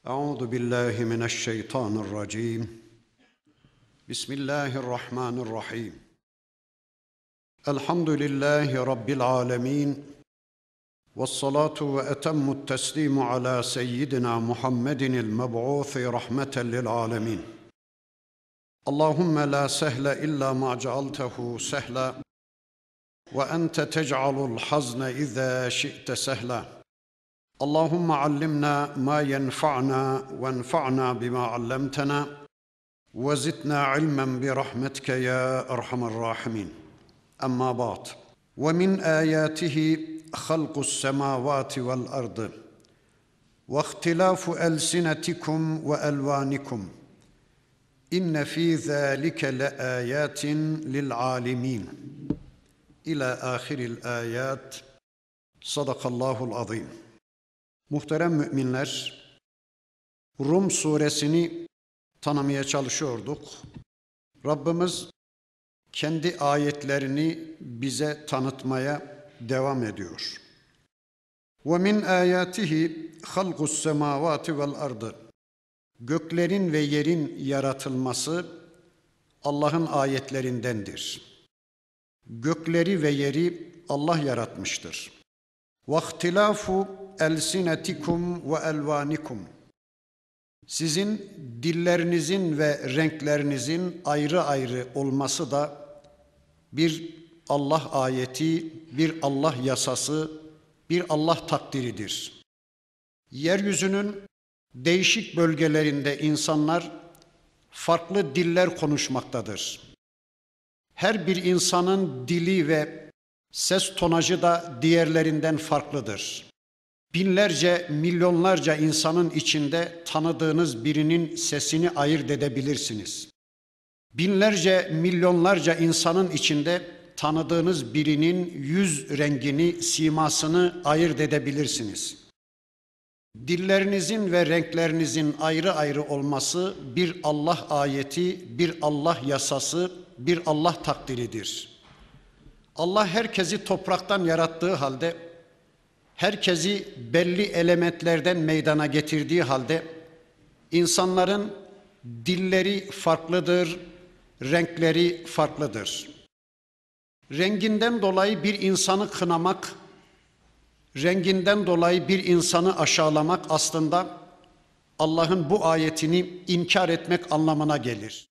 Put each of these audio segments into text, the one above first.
أعوذ بالله من الشيطان الرجيم. بسم الله الرحمن الرحيم. الحمد لله رب العالمين، والصلاة وأتم التسليم على سيدنا محمد المبعوث رحمة للعالمين. اللهم لا سهل إلا ما جعلته سهلا، وأنت تجعل الحزن إذا شئت سهلا. اللهم علمنا ما ينفعنا وانفعنا بما علمتنا، وزدنا علما برحمتك يا أرحم الراحمين. أما بعد، ومن آياته خلق السماوات والأرض واختلاف ألسنتكم وألوانكم إن في ذلك لآيات للعالمين إلى آخر الآيات. صدق الله العظيم. Muhterem müminler, Rum suresini tanımaya çalışıyorduk. Rabbimiz kendi ayetlerini bize tanıtmaya devam ediyor. وَمِنْ آيَاتِهِ خَلْقُ السَّمَاوَاتِ وَالْأَرْضِ Göklerin ve yerin yaratılması Allah'ın ayetlerindendir. Gökleri ve yeri Allah yaratmıştır. وَاخْتِلَافُ أَلْسِنَتِكُمْ وَأَلْوَانِكُمْ Sizin dillerinizin ve renklerinizin ayrı ayrı olması da bir Allah ayeti, bir Allah yasası, bir Allah takdiridir. Yeryüzünün değişik bölgelerinde insanlar farklı diller konuşmaktadır. Her bir insanın dili ve ses tonajı da diğerlerinden farklıdır. Binlerce, milyonlarca insanın içinde tanıdığınız birinin sesini ayırt edebilirsiniz. Binlerce, milyonlarca insanın içinde tanıdığınız birinin yüz rengini, simasını ayırt edebilirsiniz. Dillerinizin ve renklerinizin ayrı ayrı olması bir Allah ayeti, bir Allah yasası, bir Allah takdiridir. Allah herkesi topraktan yarattığı halde, herkesi belli elementlerden meydana getirdiği halde, insanların dilleri farklıdır, renkleri farklıdır. Renginden dolayı bir insanı kınamak, renginden dolayı bir insanı aşağılamak aslında Allah'ın bu ayetini inkar etmek anlamına gelir.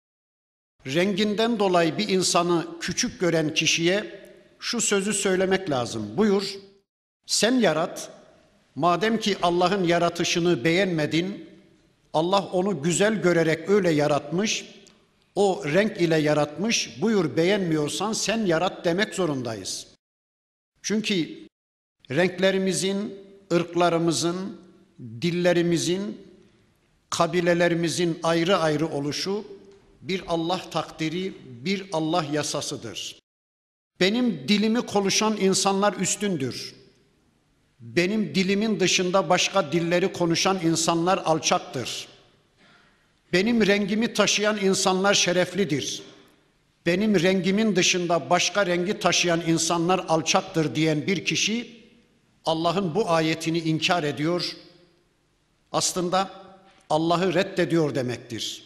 Renginden dolayı bir insanı küçük gören kişiye şu sözü söylemek lazım. Buyur, sen yarat. Madem ki Allah'ın yaratışını beğenmedin, Allah onu güzel görerek öyle yaratmış, o renk ile yaratmış, buyur beğenmiyorsan sen yarat demek zorundayız. Çünkü renklerimizin, ırklarımızın, dillerimizin, kabilelerimizin ayrı ayrı oluşu bir Allah takdiri, bir Allah yasasıdır. Benim dilimi konuşan insanlar üstündür. Benim dilimin dışında başka dilleri konuşan insanlar alçaktır. Benim rengimi taşıyan insanlar şereflidir. Benim rengimin dışında başka rengi taşıyan insanlar alçaktır diyen bir kişi Allah'ın bu ayetini inkar ediyor. Aslında Allah'ı reddediyor demektir.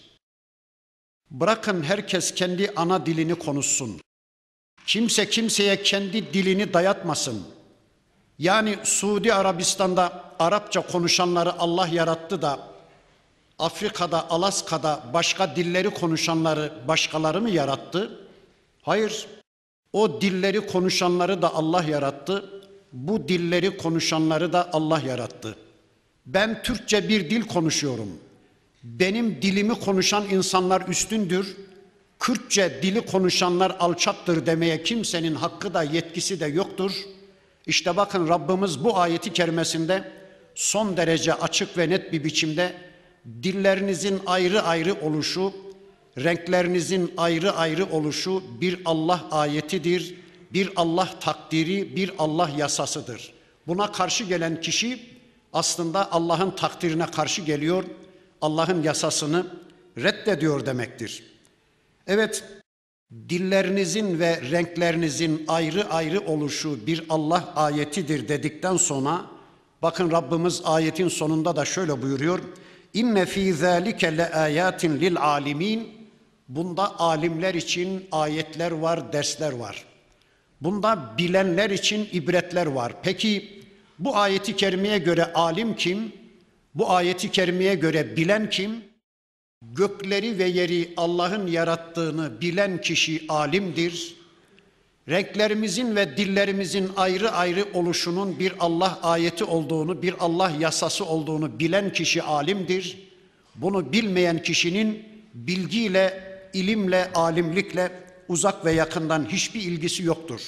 Bırakın herkes kendi ana dilini konuşsun. Kimse kimseye kendi dilini dayatmasın. Yani Suudi Arabistan'da Arapça konuşanları Allah yarattı da Afrika'da, Alaska'da başka dilleri konuşanları başkaları mı yarattı? Hayır. O dilleri konuşanları da Allah yarattı. Bu dilleri konuşanları da Allah yarattı. Ben Türkçe bir dil konuşuyorum. Benim dilimi konuşan insanlar üstündür. Kürtçe dili konuşanlar alçaktır demeye kimsenin hakkı da yetkisi de yoktur. İşte bakın Rabbimiz bu ayeti kerimesinde son derece açık ve net bir biçimde dillerinizin ayrı ayrı oluşu, renklerinizin ayrı ayrı oluşu bir Allah ayetidir, bir Allah takdiri, bir Allah yasasıdır. Buna karşı gelen kişi aslında Allah'ın takdirine karşı geliyor, Allah'ın yasasını reddediyor demektir. Evet, dillerinizin ve renklerinizin ayrı ayrı oluşu bir Allah ayetidir dedikten sonra Bakın Rabbimiz ayetin sonunda da şöyle buyuruyor. İnne fî zâlike le âyâtin lil âlimîn. Bunda alimler için ayetler var, dersler var. Bunda bilenler için ibretler var. Peki bu ayeti kerimeye göre alim kim? Bu ayeti kerimeye göre bilen kim? Gökleri ve yeri Allah'ın yarattığını bilen kişi alimdir. Renklerimizin ve dillerimizin ayrı ayrı oluşunun bir Allah ayeti olduğunu, bir Allah yasası olduğunu bilen kişi alimdir. Bunu bilmeyen kişinin bilgiyle, ilimle, alimlikle uzak ve yakından hiçbir ilgisi yoktur.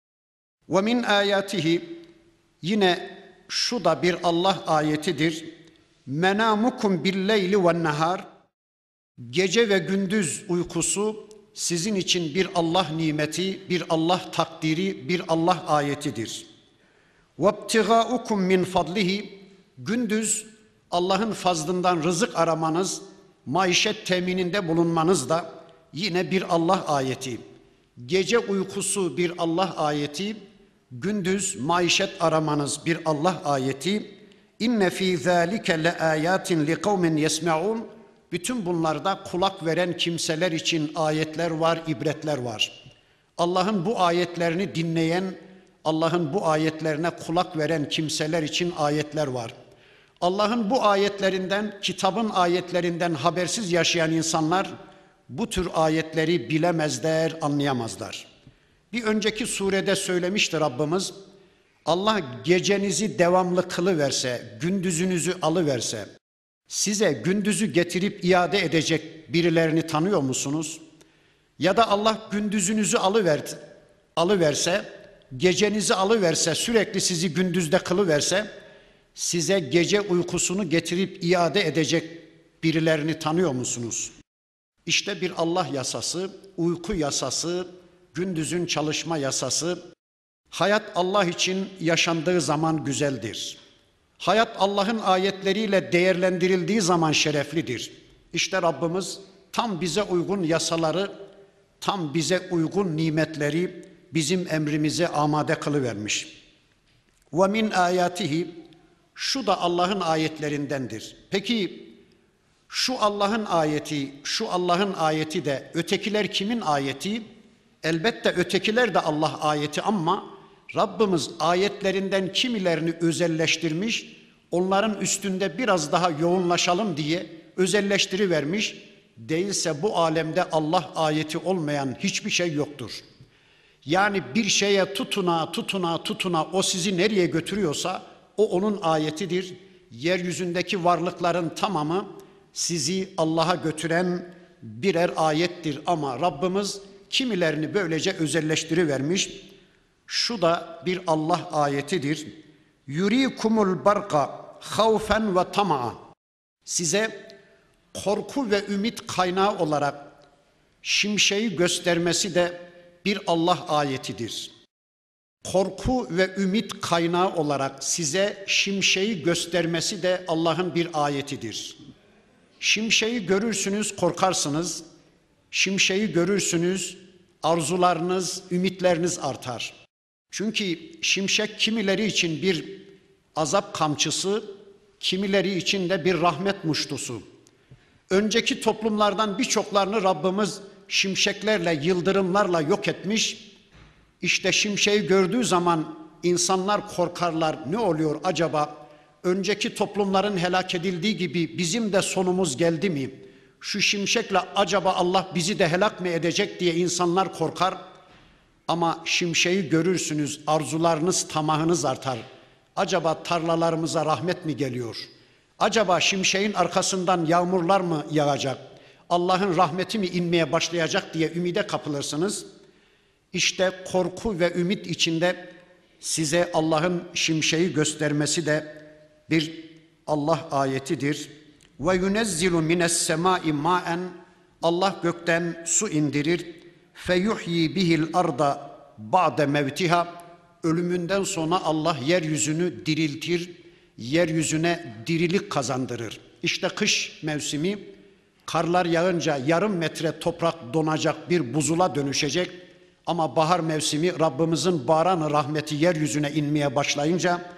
Ve min ayatihi, yine şu da bir Allah ayetidir. Menamukum billeyli ve nehar. Gece ve gündüz uykusu sizin için bir Allah nimeti, bir Allah takdiri, bir Allah ayetidir. وَابْتِغَاءُكُمْ min fadlihi. Gündüz Allah'ın fazlından rızık aramanız, maişet temininde bulunmanız da yine bir Allah ayeti. Gece uykusu bir Allah ayeti, gündüz maişet aramanız bir Allah ayeti. İnne fî zâlike le âyâtin li kavmin yesme'ûn. Bütün bunlarda kulak veren kimseler için ayetler var, ibretler var. Allah'ın bu ayetlerini dinleyen, Allah'ın bu ayetlerine kulak veren kimseler için ayetler var. Allah'ın bu ayetlerinden, kitabın ayetlerinden habersiz yaşayan insanlar bu tür ayetleri bilemezler, anlayamazlar. Bir önceki surede söylemişti Rabbimiz, Allah gecenizi devamlı kılıverse, gündüzünüzü alıverse, size gündüzü getirip iade edecek birilerini tanıyor musunuz? Ya da Allah gündüzünüzü alıverse, gecenizi alıverse, sürekli sizi gündüzde kılıverse, size gece uykusunu getirip iade edecek birilerini tanıyor musunuz? İşte bir Allah yasası, uyku yasası, gündüzün çalışma yasası. Hayat Allah için yaşandığı zaman güzeldir. Hayat Allah'ın ayetleriyle değerlendirildiği zaman şereflidir. İşte Rabbimiz tam bize uygun yasaları, tam bize uygun nimetleri bizim emrimize amade kılıvermiş. Ve min ayatihi, şu da Allah'ın ayetlerindendir. Peki şu Allah'ın ayeti de ötekiler kimin ayeti? Elbette ötekiler de Allah ayeti ama Rabbimiz ayetlerinden kimilerini özelleştirmiş, onların üstünde biraz daha yoğunlaşalım diye özelleştirivermiş. Değilse bu alemde Allah ayeti olmayan hiçbir şey yoktur. Yani bir şeye tutuna o sizi nereye götürüyorsa o onun ayetidir. Yeryüzündeki varlıkların tamamı sizi Allah'a götüren birer ayettir ama Rabbimiz kimilerini böylece özelleştirivermiş. Şu da bir Allah ayetidir. Yurikumul barqa havfen ve tama'a. Size korku ve ümit kaynağı olarak şimşeği göstermesi de bir Allah ayetidir. Korku ve ümit kaynağı olarak size şimşeği göstermesi de Allah'ın bir ayetidir. Şimşeği görürsünüz, korkarsınız. Şimşeği görürsünüz, arzularınız, ümitleriniz artar. Çünkü şimşek kimileri için bir azap kamçısı, kimileri için de bir rahmet muştusu. Önceki toplumlardan birçoklarını Rabbimiz şimşeklerle, yıldırımlarla yok etmiş. İşte şimşeği gördüğü zaman insanlar korkarlar. Ne oluyor acaba? Önceki toplumların helak edildiği gibi bizim de sonumuz geldi mi? Şu şimşekle acaba Allah bizi de helak mı edecek diye insanlar korkar. Ama şimşeği görürsünüz, arzularınız, tamahınız artar. Acaba tarlalarımıza rahmet mi geliyor? Acaba şimşeğin arkasından yağmurlar mı yağacak? Allah'ın rahmeti mi inmeye başlayacak diye ümide kapılırsınız. İşte korku ve ümit içinde size Allah'ın şimşeği göstermesi de bir Allah ayetidir. Ve yunezzilu mines semai ma'en. Allah gökten su indirir. Feyuhyi bihil arda ba'de mevtiha. Ölümünden sonra Allah yeryüzünü diriltir, yeryüzüne dirilik kazandırır. İşte kış mevsimi, karlar yağınca yarım metre toprak donacak, bir buzula dönüşecek. Ama bahar mevsimi Rabbimizin baran rahmeti yeryüzüne inmeye başlayınca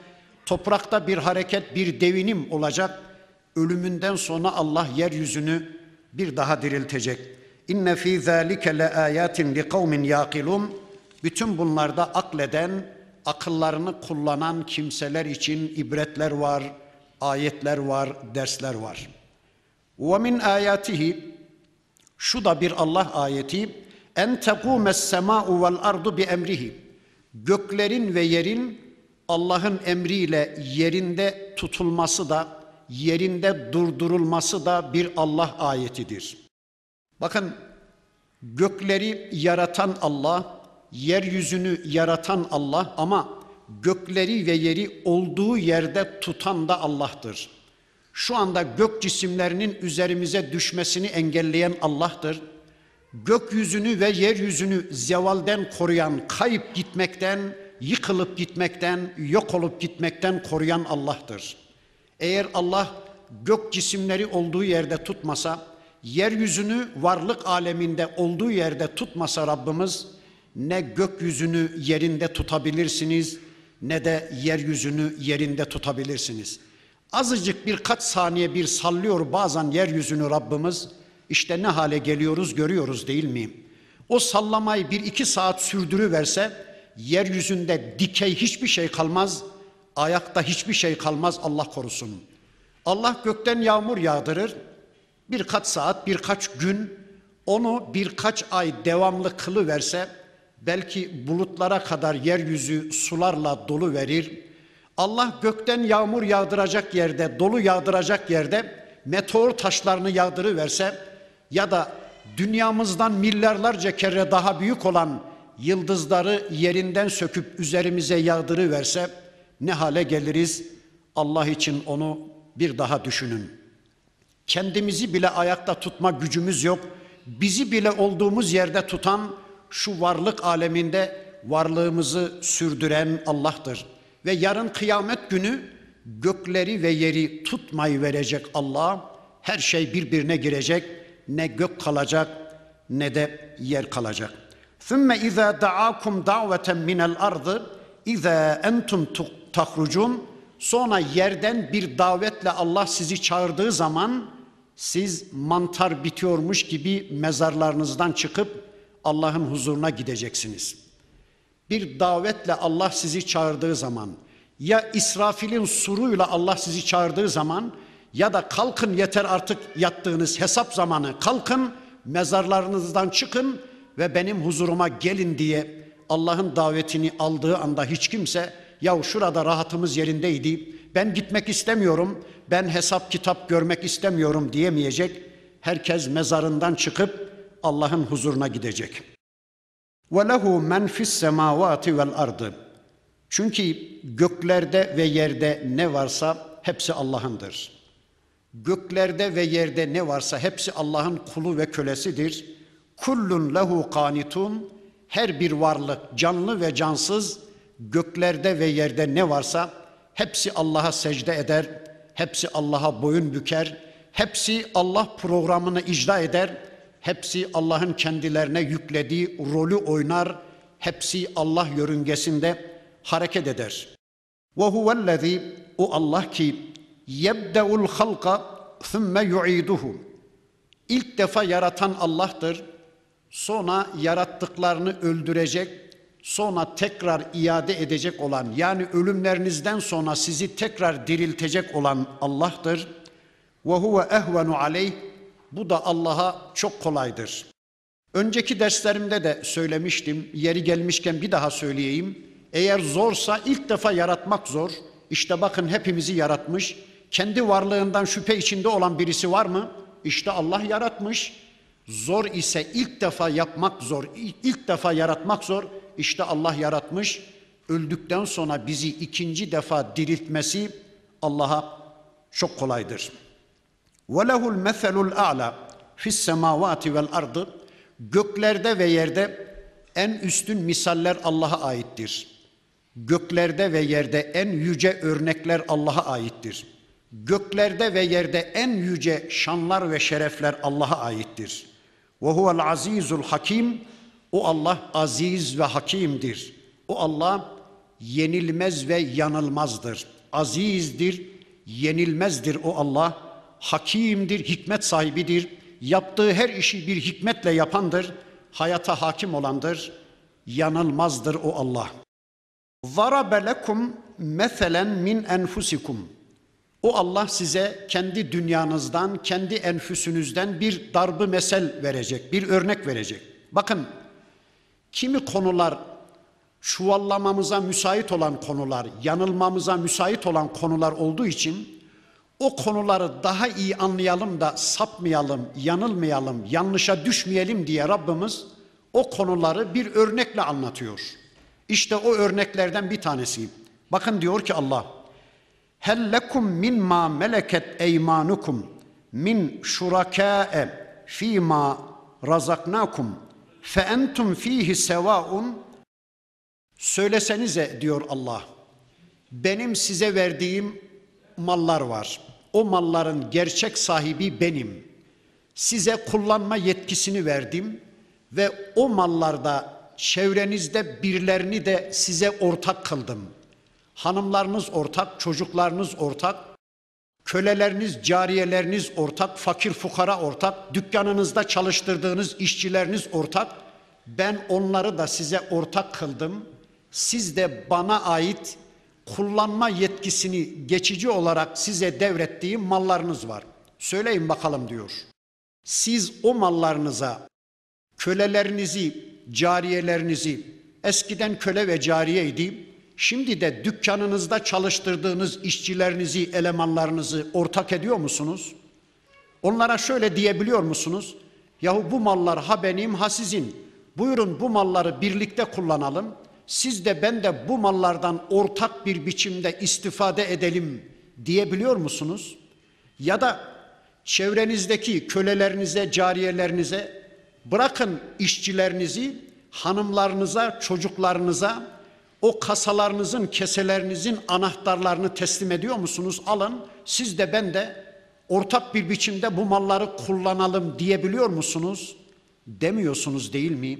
Toprakta bir hareket, bir devinim olacak. Ölümünden sonra Allah yeryüzünü bir daha diriltecek. İnne fî zâlike le âyâtin li kavmin yâkilûn. Bütün bunlarda akleden, akıllarını kullanan kimseler için ibretler var, ayetler var, dersler var. Ve min âyâtihi, şu da bir Allah ayeti, en tekûmes semâ'u vel ardu bi emrihi. Göklerin ve yerin Allah'ın emriyle yerinde tutulması da, yerinde durdurulması da bir Allah ayetidir. Bakın, gökleri yaratan Allah, yeryüzünü yaratan Allah ama gökleri ve yeri olduğu yerde tutan da Allah'tır. Şu anda gök cisimlerinin üzerimize düşmesini engelleyen Allah'tır. Gökyüzünü ve yeryüzünü zevalden koruyan, kayıp gitmekten, yıkılıp gitmekten, yok olup gitmekten koruyan Allah'tır. Eğer Allah gök cisimleri olduğu yerde tutmasa, yeryüzünü varlık aleminde olduğu yerde tutmasa Rabbimiz, ne gökyüzünü yerinde tutabilirsiniz, ne de yeryüzünü yerinde tutabilirsiniz. Azıcık birkaç saniye bir sallıyor bazen yeryüzünü Rabbimiz, işte ne hale geliyoruz görüyoruz değil mi? O sallamayı 1-2 saat sürdürüverse, yeryüzünde dikey hiçbir şey kalmaz, ayakta hiçbir şey kalmaz, Allah korusun. Allah gökten yağmur yağdırır, birkaç saat, birkaç gün, onu birkaç ay devamlı kılıverse, belki bulutlara kadar yeryüzü sularla dolu verir. Allah gökten yağmur yağdıracak yerde, dolu yağdıracak yerde meteor taşlarını yağdırıverse ya da dünyamızdan milyarlarca kere daha büyük olan yıldızları yerinden söküp üzerimize yağdırıverse ne hale geliriz? Allah için onu bir daha düşünün. Kendimizi bile ayakta tutma gücümüz yok. Bizi bile olduğumuz yerde tutan, şu varlık aleminde varlığımızı sürdüren Allah'tır. Ve yarın kıyamet günü gökleri ve yeri tutmayı verecek Allah. Her şey birbirine girecek. Ne gök kalacak ne de yer kalacak. ثُمَّ اِذَا دَعَاكُمْ دَعْوَةً مِنَ الْأَرْضِ اِذَا اَنْتُمْ تَخْرُجُونَ. Sonra yerden bir davetle Allah sizi çağırdığı zaman siz mantar bitiyormuş gibi mezarlarınızdan çıkıp Allah'ın huzuruna gideceksiniz. Bir davetle Allah sizi çağırdığı zaman, ya İsrafil'in suruyla Allah sizi çağırdığı zaman, ya da kalkın yeter artık yattığınız hesap zamanı, kalkın mezarlarınızdan çıkın ve benim huzuruma gelin diye Allah'ın davetini aldığı anda hiç kimse, yahu şurada rahatımız yerindeydi, ben gitmek istemiyorum, ben hesap kitap görmek istemiyorum diyemeyecek. Herkes mezarından çıkıp Allah'ın huzuruna gidecek. وَلَهُ مَنْ فِي السَّمَاوَاتِ وَالْأَرْضِ. Çünkü göklerde ve yerde ne varsa hepsi Allah'ındır. Göklerde ve yerde ne varsa hepsi Allah'ın kulu ve kölesidir. Kullun lehu kanitun. Her bir varlık, canlı ve cansız, göklerde ve yerde ne varsa hepsi Allah'a secde eder, hepsi Allah'a boyun büker, hepsi Allah programını icra eder, hepsi Allah'ın kendilerine yüklediği rolü oynar, hepsi Allah yörüngesinde hareket eder. وَهُوَ الَّذ۪ي. O Allah ki يَبْدَعُ الْخَلْقَ ثُمَّ يُعِيدُهُ. İlk defa yaratan Allah'tır. Sonra yarattıklarını öldürecek, sonra tekrar iade edecek olan, yani ölümlerinizden sonra sizi tekrar diriltecek olan Allah'tır. وَهُوَ اَهْوَنُ عَلَيْهِ. Bu da Allah'a çok kolaydır. Önceki derslerimde de söylemiştim, yeri gelmişken bir daha söyleyeyim. Eğer zorsa ilk defa yaratmak zor. İşte bakın hepimizi yaratmış. Kendi varlığından şüphe içinde olan birisi var mı? İşte Allah yaratmış. Zor ise ilk defa yapmak zor, ilk defa yaratmak zor. İşte Allah yaratmış. Öldükten sonra bizi ikinci defa diriltmesi Allah'a çok kolaydır. وَلَهُ الْمَثَلُ الْاَعْلَى فِي السَّمَاوَاتِ وَالْاَرْضِ. Göklerde ve yerde en üstün misaller Allah'a aittir. Göklerde ve yerde en yüce örnekler Allah'a aittir. Göklerde ve yerde en yüce şanlar ve şerefler Allah'a aittir. وَهُوَ الْعَز۪يزُ الْحَك۪يمُ. O Allah aziz ve hakimdir. O Allah yenilmez ve yanılmazdır. azizdir, yenilmezdir o Allah, hakimdir, hikmet sahibidir, yaptığı her işi bir hikmetle yapandır, hayata hakim olandır, yanılmazdır o Allah. ضَرَبَ لَكُمْ مَثَلًا مِنْ أَنْفُسِكُمْ. O Allah size kendi dünyanızdan, kendi enfüsünüzden bir darb-ı mesel verecek, bir örnek verecek. Bakın, kimi konular çuvallamamıza müsait olan konular, yanılmamıza müsait olan konular olduğu için o konuları daha iyi anlayalım da sapmayalım, yanılmayalım, yanlışa düşmeyelim diye Rabbimiz o konuları bir örnekle anlatıyor. İşte o örneklerden bir tanesi. Bakın diyor ki Allah, هَلْ لَكُمْ مِنْ مَا مَلَكَتْ اَيْمَانُكُمْ مِنْ شُرَكَاءَ ف۪ي مَا رَزَقْنَاكُمْ فَاَنْتُمْ ف۪يهِ سَوَاءٌ. Söylesenize diyor Allah, benim size verdiğim mallar var. O malların gerçek sahibi benim. Size kullanma yetkisini verdim ve o mallarda çevrenizde birilerini de size ortak kıldım. Hanımlarınız ortak, çocuklarınız ortak, köleleriniz, cariyeleriniz ortak, fakir fukara ortak, dükkanınızda çalıştırdığınız işçileriniz ortak. Ben onları da size ortak kıldım. Siz de bana ait kullanma yetkisini geçici olarak size devrettiğim mallarınız var. Söyleyin bakalım diyor. Siz o mallarınıza kölelerinizi, cariyelerinizi, eskiden köle ve cariyeydi, şimdi de dükkanınızda çalıştırdığınız işçilerinizi, elemanlarınızı ortak ediyor musunuz? Onlara şöyle diyebiliyor musunuz? Yahu bu mallar ha benim ha sizin. Buyurun bu malları birlikte kullanalım. Siz de ben de bu mallardan ortak bir biçimde istifade edelim diyebiliyor musunuz? Ya da çevrenizdeki kölelerinize, cariyelerinize, bırakın işçilerinizi, hanımlarınıza, çocuklarınıza o kasalarınızın, keselerinizin anahtarlarını teslim ediyor musunuz? Alın, siz de ben de ortak bir biçimde bu malları kullanalım diyebiliyor musunuz? Demiyorsunuz değil mi?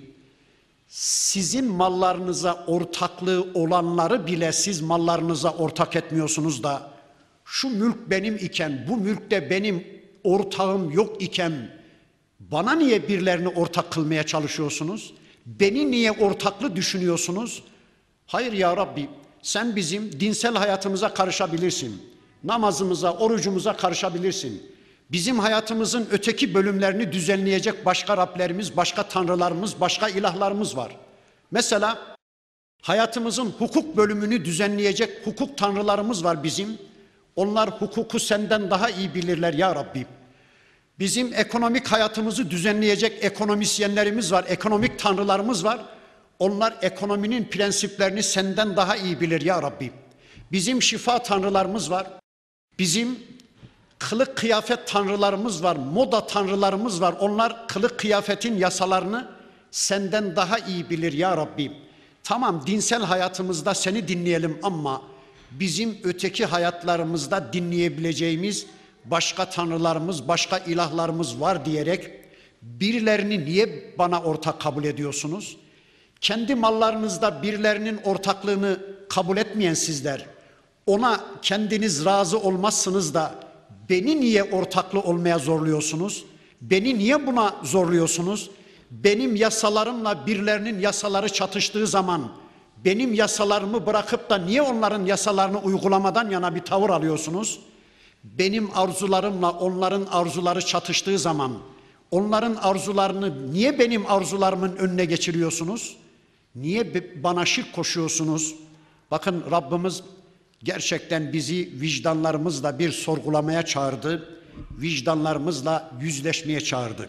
Sizin mallarınıza ortaklığı olanları bile siz mallarınıza ortak etmiyorsunuz da şu mülk benim iken, bu mülkte benim ortağım yok iken bana niye birilerini ortak kılmaya çalışıyorsunuz? Beni niye ortaklı düşünüyorsunuz? Hayır ya Rabbi, sen bizim dinsel hayatımıza karışabilirsin. Namazımıza, orucumuza karışabilirsin. Bizim hayatımızın öteki bölümlerini düzenleyecek başka Rablerimiz, başka tanrılarımız, başka ilahlarımız var. Mesela hayatımızın hukuk bölümünü düzenleyecek hukuk tanrılarımız var bizim. Onlar hukuku senden daha iyi bilirler ya Rabbi. Bizim ekonomik hayatımızı düzenleyecek ekonomisyenlerimiz var, ekonomik tanrılarımız var. Onlar ekonominin prensiplerini senden daha iyi bilir ya Rabbi. Bizim şifa tanrılarımız var. Bizim kılık kıyafet tanrılarımız var, moda tanrılarımız var. Onlar kılık kıyafetin yasalarını senden daha iyi bilir ya Rabbi. Tamam, dinsel hayatımızda seni dinleyelim ama bizim öteki hayatlarımızda dinleyebileceğimiz başka tanrılarımız, başka ilahlarımız var diyerek birilerini niye bana ortak kabul ediyorsunuz? Kendi mallarınızda birilerinin ortaklığını kabul etmeyen sizler, ona kendiniz razı olmazsınız da beni niye ortaklı olmaya zorluyorsunuz? Beni niye buna zorluyorsunuz? Benim yasalarımla birilerinin yasaları çatıştığı zaman benim yasalarımı bırakıp da niye onların yasalarını uygulamadan yana bir tavır alıyorsunuz? Benim arzularımla onların arzuları çatıştığı zaman onların arzularını niye benim arzularımın önüne geçiriyorsunuz? Niye bana şirk koşuyorsunuz? Bakın Rabbimiz gerçekten bizi vicdanlarımızla bir sorgulamaya çağırdı. Vicdanlarımızla yüzleşmeye çağırdı.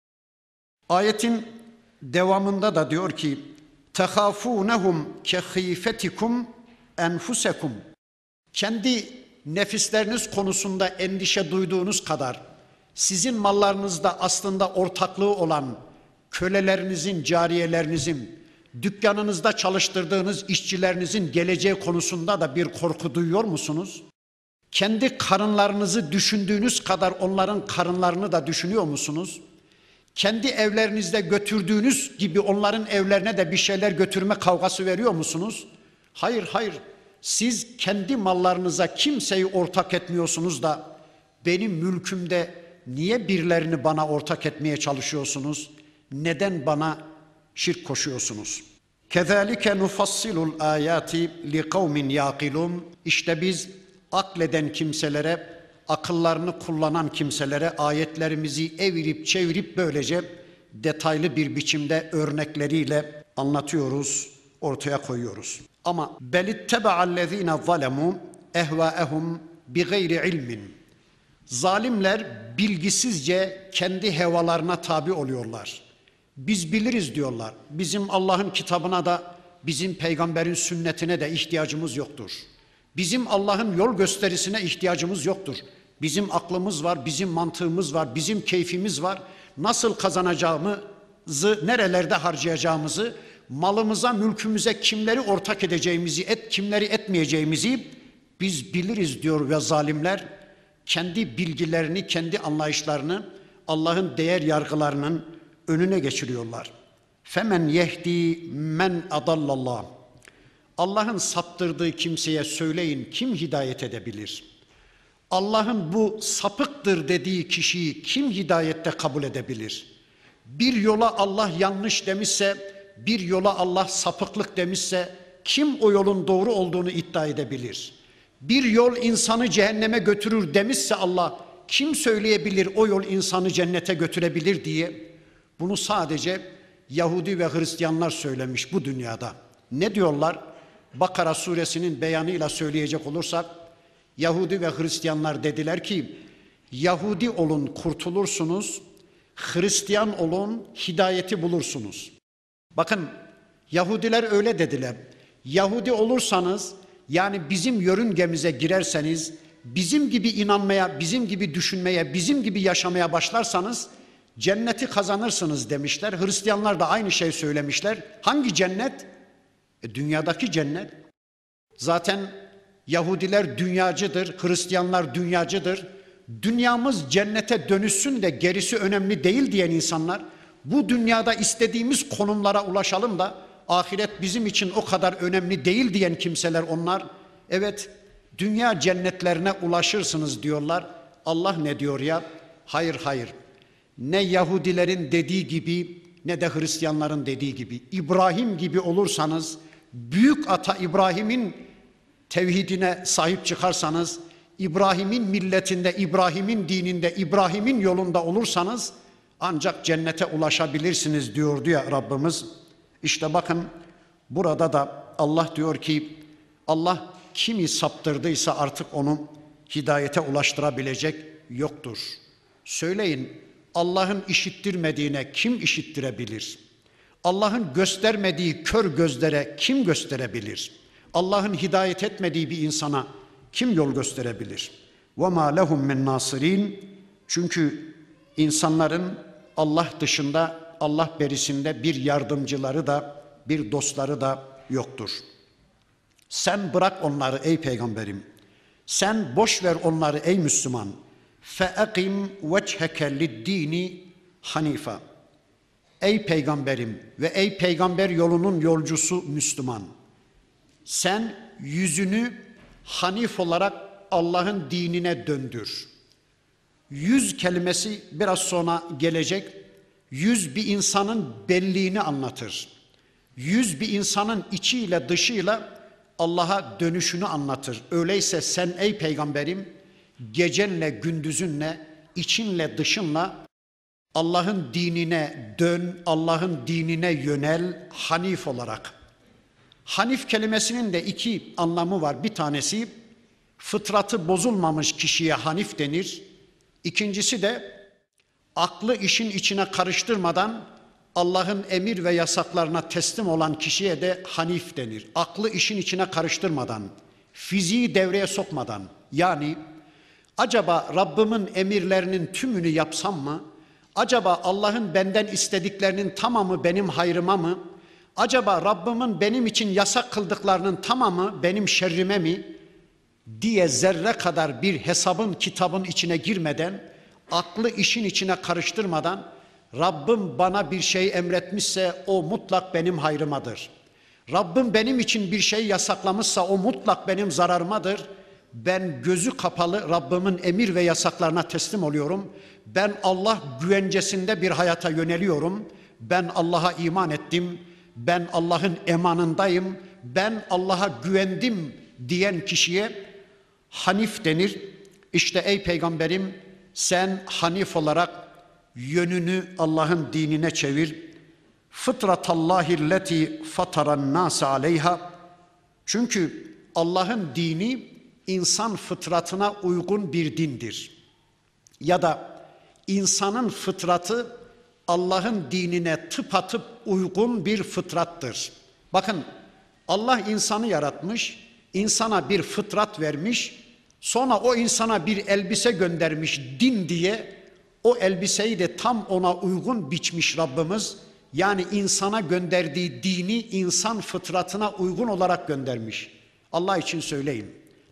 Ayetin devamında da diyor ki تَخَافُونَهُمْ كَخِيفَتِكُمْ اَنْفُسَكُمْ. Kendi nefisleriniz konusunda endişe duyduğunuz kadar sizin mallarınızda aslında ortaklığı olan kölelerinizin, cariyelerinizin, dükkanınızda çalıştırdığınız işçilerinizin geleceği konusunda da bir korku duyuyor musunuz? Kendi karınlarınızı düşündüğünüz kadar onların karınlarını da düşünüyor musunuz? Kendi evlerinizde götürdüğünüz gibi onların evlerine de bir şeyler götürme kavgası veriyor musunuz? Hayır, hayır. siz kendi mallarınıza kimseyi ortak etmiyorsunuz da benim mülkümde niye birilerini bana ortak etmeye çalışıyorsunuz? Neden bana şirk koşuyorsunuz? Kezalike nufassilul ayati li kavmin yaqilun. İşte biz akleden kimselere, akıllarını kullanan kimselere ayetlerimizi evirip çevirip böylece detaylı bir biçimde örnekleriyle anlatıyoruz, ortaya koyuyoruz. Ama belittebe'allezine zalemu ehvaehum bigayri ilmin. Zalimler bilgisizce kendi hevalarına tabi oluyorlar. Biz biliriz diyorlar. Bizim Allah'ın kitabına da, bizim peygamberin sünnetine de ihtiyacımız yoktur. Bizim Allah'ın yol gösterisine ihtiyacımız yoktur. Bizim aklımız var, bizim mantığımız var, bizim keyfimiz var. Nasıl kazanacağımızı, nerelerde harcayacağımızı, malımıza, mülkümüze kimleri ortak edeceğimizi, kimleri etmeyeceğimizi biz biliriz diyor ve zalimler kendi bilgilerini, kendi anlayışlarını Allah'ın değer yargılarının önüne geçiriyorlar. Femen yehdi men adallallah. Allah'ın saptırdığı kimseye söyleyin, kim hidayet edebilir? Allah'ın bu sapıktır dediği kişiyi kim hidayette kabul edebilir? Bir yola Allah yanlış demişse, bir yola Allah sapıklık demişse kim o yolun doğru olduğunu iddia edebilir? Bir yol insanı cehenneme götürür demişse Allah, kim söyleyebilir o yol insanı cennete götürebilir diye? Bunu sadece Yahudi ve Hristiyanlar söylemiş bu dünyada. Ne diyorlar? Bakara suresinin beyanıyla söyleyecek olursak, Yahudi ve Hristiyanlar dediler ki, Yahudi olun kurtulursunuz, Hristiyan olun hidayeti bulursunuz. Bakın Yahudiler öyle dediler. Yahudi olursanız, yani bizim yörüngemize girerseniz, bizim gibi inanmaya, bizim gibi düşünmeye, bizim gibi yaşamaya başlarsanız cenneti kazanırsınız demişler. Hristiyanlar da aynı şey söylemişler. Hangi cennet? Dünyadaki cennet. Zaten Yahudiler dünyacıdır, Hristiyanlar dünyacıdır. Dünyamız cennete dönüşsün de gerisi önemli değil diyen insanlar, bu dünyada istediğimiz konumlara ulaşalım da ahiret bizim için o kadar önemli değil diyen kimseler onlar. Evet, dünya cennetlerine ulaşırsınız diyorlar. Allah ne diyor ya? Hayır, hayır. Ne Yahudilerin dediği gibi ne de Hristiyanların dediği gibi. İbrahim gibi olursanız, büyük ata İbrahim'in tevhidine sahip çıkarsanız, İbrahim'in milletinde, İbrahim'in dininde, İbrahim'in yolunda olursanız ancak cennete ulaşabilirsiniz diyordu ya Rabbimiz. İşte bakın burada da Allah diyor ki, Allah kimi saptırdıysa artık onu hidayete ulaştırabilecek yoktur. Söyleyin, Allah'ın işittirmediğine kim işittirebilir? Allah'ın göstermediği kör gözlere kim gösterebilir? Allah'ın hidayet etmediği bir insana kim yol gösterebilir? وَمَا لَهُمْ مِنْ نَاصِرِينَ. Çünkü insanların Allah dışında, Allah berisinde bir yardımcıları da, bir dostları da yoktur. Sen bırak onları ey peygamberim. Sen boş ver onları ey Müslüman. فَاَقِمْ وَجْهَكَ لِلدِّينِ hanifa. Ey peygamberim ve ey peygamber yolunun yolcusu Müslüman. Sen yüzünü hanif olarak Allah'ın dinine döndür. Yüz kelimesi biraz sonra gelecek. Yüz bir insanın belliğini anlatır. Yüz bir insanın içiyle dışıyla Allah'a dönüşünü anlatır. Öyleyse sen ey peygamberim gecenle gündüzünle, içinle dışınla Allah'ın dinine dön, Allah'ın dinine yönel hanif olarak. Hanif kelimesinin de iki anlamı var. Bir tanesi fıtratı bozulmamış kişiye hanif denir. İkincisi de aklı işin içine karıştırmadan Allah'ın emir ve yasaklarına teslim olan kişiye de hanif denir. Aklı işin içine karıştırmadan, fiziği devreye sokmadan. Yani acaba Rabbimin emirlerinin tümünü yapsam mı? Acaba Allah'ın benden istediklerinin tamamı benim hayrıma mı? Acaba Rabbimin benim için yasak kıldıklarının tamamı benim şerrime mi? Diye zerre kadar bir hesabın, kitabın içine girmeden, aklı işin içine karıştırmadan, Rabbim bana bir şey emretmişse o mutlak benim hayrımadır. Rabbim benim için bir şey yasaklamışsa o mutlak benim zararımadır. Ben gözü kapalı Rabbimin emir ve yasaklarına teslim oluyorum. Ben Allah güvencesinde bir hayata yöneliyorum. Ben Allah'a iman ettim. Ben Allah'ın emanındayım. Ben Allah'a güvendim diyen kişiye Hanif denir. İşte ey peygamberim, sen Hanif olarak yönünü Allah'ın dinine çevir. Fıtratallahi lleti fataran nas aleyha. Çünkü Allah'ın dini insan fıtratına uygun bir dindir. Ya da insanın fıtratı Allah'ın dinine tıpatıp uygun bir fıtrattır. Bakın, Allah insanı yaratmış, insana bir fıtrat vermiş, sonra o insana bir elbise göndermiş din diye, o elbiseyi de tam ona uygun biçmiş Rabbimiz. Yani insana gönderdiği dini insan fıtratına uygun olarak göndermiş. Allah için söyleyin,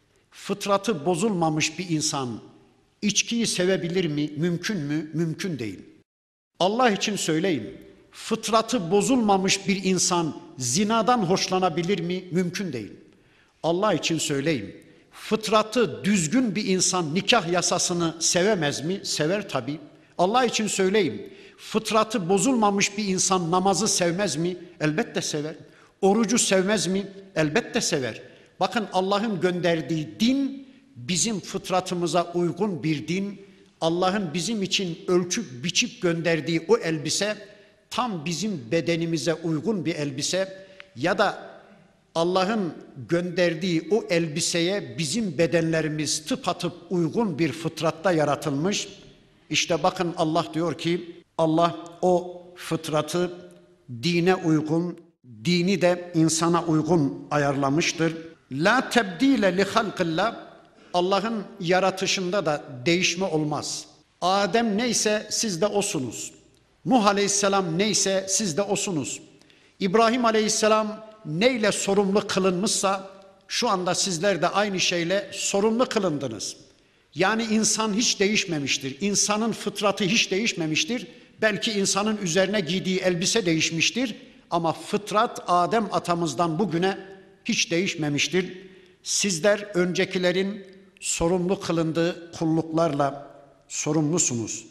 fıtratı bozulmamış bir insan içkiyi sevebilir mi? Mümkün mü? Mümkün değil. Allah için söyleyin, fıtratı bozulmamış bir insan zinadan hoşlanabilir mi? Mümkün değil. Allah için söyleyeyim, fıtratı düzgün bir insan nikah yasasını sevemez mi? Sever tabii. Allah için söyleyeyim, fıtratı bozulmamış bir insan namazı sevmez mi? Elbette sever. Orucu sevmez mi? Elbette sever. Bakın, Allah'ın gönderdiği din bizim fıtratımıza uygun bir din. Allah'ın bizim için ölçüp biçip gönderdiği o elbise tam bizim bedenimize uygun bir elbise, ya da Allah'ın gönderdiği o elbiseye bizim bedenlerimiz tıpatıp uygun bir fıtratta yaratılmış. İşte bakın, Allah diyor ki, Allah o fıtratı dine uygun, dini de insana uygun ayarlamıştır. La tebdile li halqillah. Allah'ın yaratışında da değişme olmaz. Adem neyse siz de osunuz. Nuh Aleyhisselam neyse siz de osunuz. İbrahim Aleyhisselam neyle sorumlu kılınmışsa şu anda sizler de aynı şeyle sorumlu kılındınız. Yani insan hiç değişmemiştir. İnsanın fıtratı hiç değişmemiştir. Belki insanın üzerine giydiği elbise değişmiştir. Ama fıtrat Adem atamızdan bugüne hiç değişmemiştir. Sizler öncekilerin sorumlu kılındığı kulluklarla sorumlusunuz.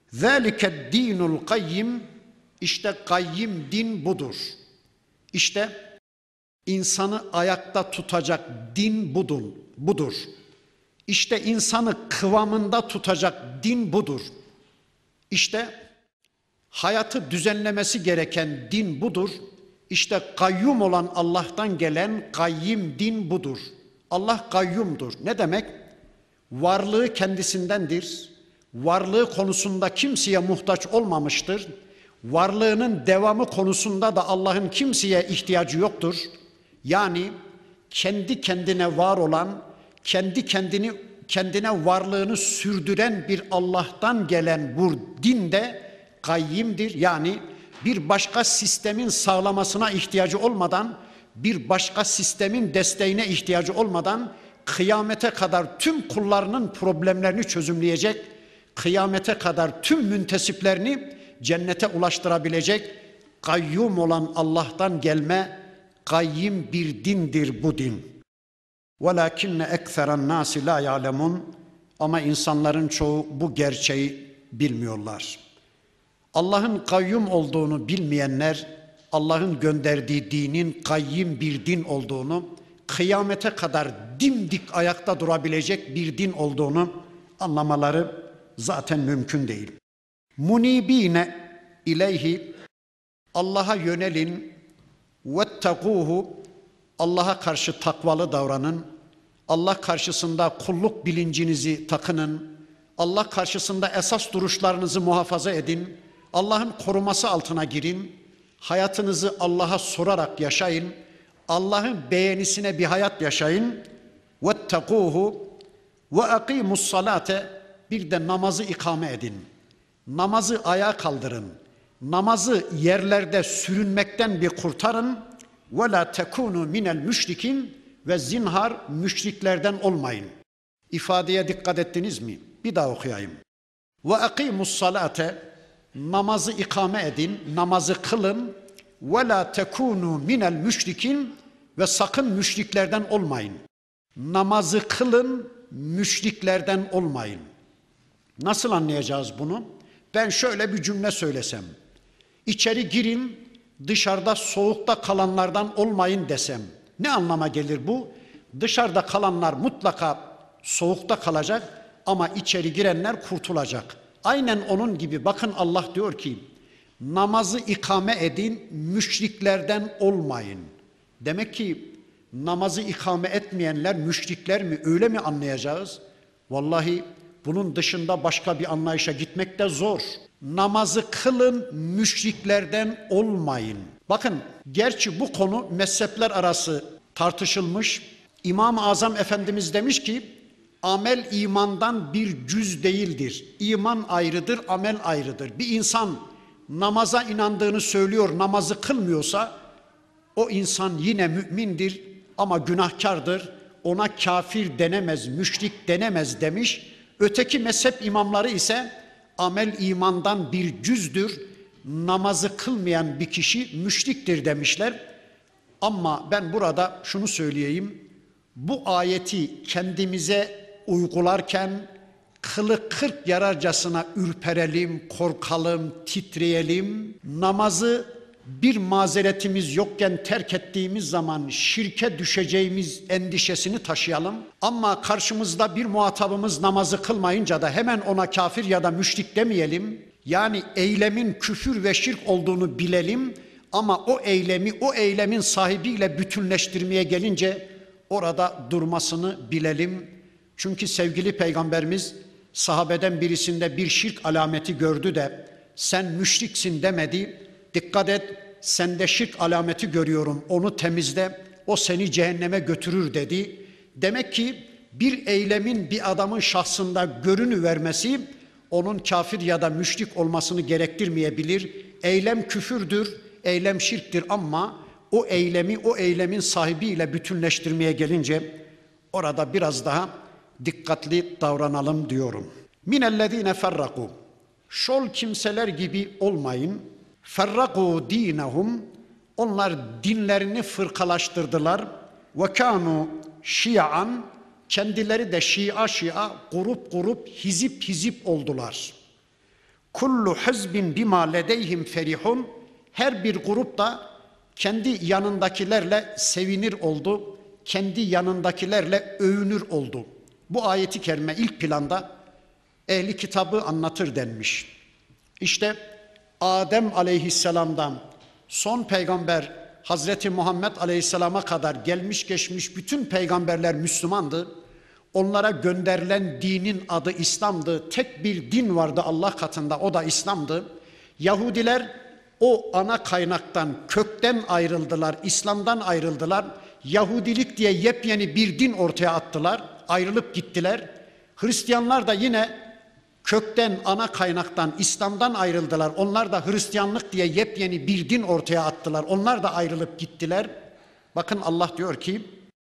ذَٰلِكَ dinul kayyim. İşte kayyim din budur. İşte insanı ayakta tutacak din budur. İşte insanı kıvamında tutacak din budur. İşte hayatı düzenlemesi gereken din budur. İşte kayyum olan Allah'tan gelen kayyim din budur. Allah kayyumdur. Ne demek? Varlığı kendisindendir. Varlığı konusunda kimseye muhtaç olmamıştır. Varlığının devamı konusunda da Allah'ın kimseye ihtiyacı yoktur. Yani kendi kendine var olan, kendine varlığını sürdüren bir Allah'tan gelen bu din de kayyimdir. Yani bir başka sistemin sağlamasına ihtiyacı olmadan, bir başka sistemin desteğine ihtiyacı olmadan kıyamete kadar tüm kullarının problemlerini çözümleyecek, kıyamete kadar tüm müntesiplerini cennete ulaştırabilecek kayyum olan Allah'tan gelme kayyim bir dindir bu din. وَلَكِنَّ اَكْثَرَ النَّاسِ لَا يَعْلَمُونَ. Ama insanların çoğu bu gerçeği bilmiyorlar. Allah'ın kayyum olduğunu bilmeyenler, Allah'ın gönderdiği dinin kayyim bir din olduğunu, kıyamete kadar dimdik ayakta durabilecek bir din olduğunu anlamaları zaten mümkün değil. Munibine ileyhi. Allah'a yönelin. Vettekuhu. Allah'a karşı takvalı davranın. Allah karşısında kulluk bilincinizi takının. Allah karşısında esas duruşlarınızı muhafaza edin. Allah'ın koruması altına girin. Hayatınızı Allah'a sorarak yaşayın. Allah'ın beğenisine bir hayat yaşayın. Vettekuhu ve akimus salate. Bir de namazı ikame edin. Namazı ayağa kaldırın. Namazı yerlerde sürünmekten bir kurtarın. Ve la tekunu minel müşrikin. Ve zinhar müşriklerden olmayın. İfadeye dikkat ettiniz mi? Bir daha okuyayım. Ve akimus salate. Namazı ikame edin, namazı kılın. ve la tekunu minel müşrikin ve sakın müşriklerden olmayın. Namazı kılın, müşriklerden olmayın. Nasıl anlayacağız bunu? Ben şöyle bir cümle söylesem, içeri girin, dışarıda soğukta kalanlardan olmayın desem, ne anlama gelir bu? Dışarıda kalanlar mutlaka soğukta kalacak ama içeri girenler kurtulacak. Aynen onun gibi bakın Allah diyor ki, namazı ikame edin, müşriklerden olmayın. Demek ki namazı ikame etmeyenler müşrikler mi? Öyle mi anlayacağız? Vallahi bunun dışında başka bir anlayışa gitmek de zor. Namazı kılın, müşriklerden olmayın. Bakın, gerçi bu konu mezhepler arası tartışılmış. İmam-ı Azam Efendimiz demiş ki, amel imandan bir cüz değildir. İman ayrıdır, amel ayrıdır. Bir insan namaza inandığını söylüyor, namazı kılmıyorsa, o insan yine mümindir ama günahkardır. Ona kafir denemez, müşrik denemez demiş. Öteki mezhep imamları ise amel imandan bir cüzdür. Namazı kılmayan bir kişi müşriktir demişler. Ama ben burada şunu söyleyeyim. Bu ayeti kendimize uygularken kılı kırk yararcasına ürperelim, korkalım, titreyelim. Namazı bir mazeretimiz yokken terk ettiğimiz zaman şirke düşeceğimiz endişesini taşıyalım. Ama karşımızda bir muhatabımız namazı kılmayınca da hemen ona kafir ya da müşrik demeyelim. Yani eylemin küfür ve şirk olduğunu bilelim ama o eylemi o eylemin sahibiyle bütünleştirmeye gelince orada durmasını bilelim. Çünkü sevgili Peygamberimiz sahabeden birisinde bir şirk alameti gördü de sen müşriksin demedi. Dikkat et, sende şirk alameti görüyorum, onu temizle, o seni cehenneme götürür dedi. Demek ki bir eylemin bir adamın şahsında görünüvermesi onun kafir ya da müşrik olmasını gerektirmeyebilir. Eylem küfürdür, eylem şirktir ama o eylemi o eylemin sahibiyle bütünleştirmeye gelince orada biraz daha dikkatli davranalım diyorum. Minellezine ferraku. Şol kimseler gibi olmayın. Ferraku dinahum. Onlar dinlerini fırkalaştırdılar. Ve kanu şia'an. Kendileri de şia, grup grup, hizip hizip oldular. Kullu hizbin bima ledeyhim ferihun. Her bir grup da kendi yanındakilerle sevinir oldu. Kendi yanındakilerle övünür oldu. Bu ayeti kerime ilk planda ehli kitabı anlatır denmiş. İşte Adem aleyhisselamdan son peygamber Hazreti Muhammed aleyhisselama kadar gelmiş geçmiş bütün peygamberler Müslümandı. Onlara gönderilen dinin adı İslam'dı. Tek bir din vardı Allah katında, o da İslam'dı. Yahudiler o ana kaynaktan, kökten ayrıldılar, İslam'dan ayrıldılar. Yahudilik diye yepyeni bir din ortaya attılar, ayrılıp gittiler. Hristiyanlar da yine kökten, ana kaynaktan, İslam'dan ayrıldılar. Onlar da Hristiyanlık diye yepyeni bir din ortaya attılar. Onlar da ayrılıp gittiler. Bakın Allah diyor ki,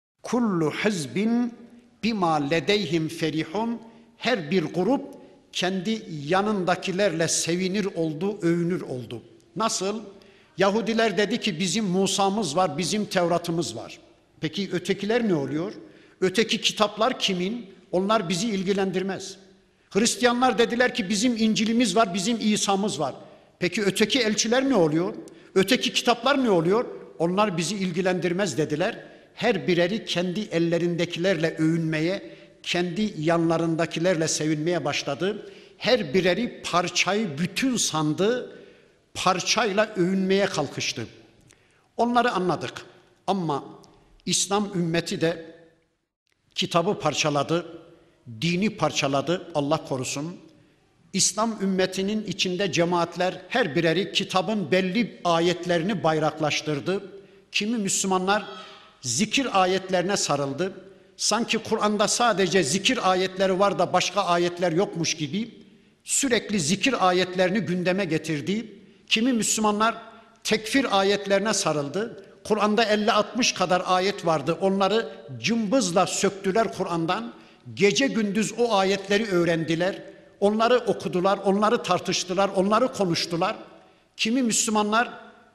kullu hizbin bima ledeyhim ferihun. Her bir grup kendi yanındakilerle sevinir oldu, övünür oldu. Nasıl? Yahudiler dedi ki bizim Musa'mız var, bizim Tevrat'ımız var. Peki ötekiler ne oluyor? Öteki kitaplar kimin? Onlar bizi ilgilendirmez. Hristiyanlar dediler ki bizim İncil'imiz var, bizim İsa'mız var. Peki öteki elçiler ne oluyor? Öteki kitaplar ne oluyor? Onlar bizi ilgilendirmez dediler. Her bireri kendi ellerindekilerle övünmeye, kendi yanlarındakilerle sevinmeye başladı. Her bireri parçayı bütün sandı, parçayla övünmeye kalkıştı. Onları anladık. Ama İslam ümmeti de kitabı parçaladı, dini parçaladı, Allah korusun. İslam ümmetinin içinde cemaatler her bireri kitabın belli ayetlerini bayraklaştırdı. Kimi Müslümanlar zikir ayetlerine sarıldı. Sanki Kur'an'da sadece zikir ayetleri var da başka ayetler yokmuş gibi sürekli zikir ayetlerini gündeme getirdi. Kimi Müslümanlar tekfir ayetlerine sarıldı. Kur'an'da 50-60 kadar ayet vardı. Onları cımbızla söktüler Kur'an'dan. Gece gündüz o ayetleri öğrendiler. Onları okudular, onları tartıştılar, onları konuştular. Kimi Müslümanlar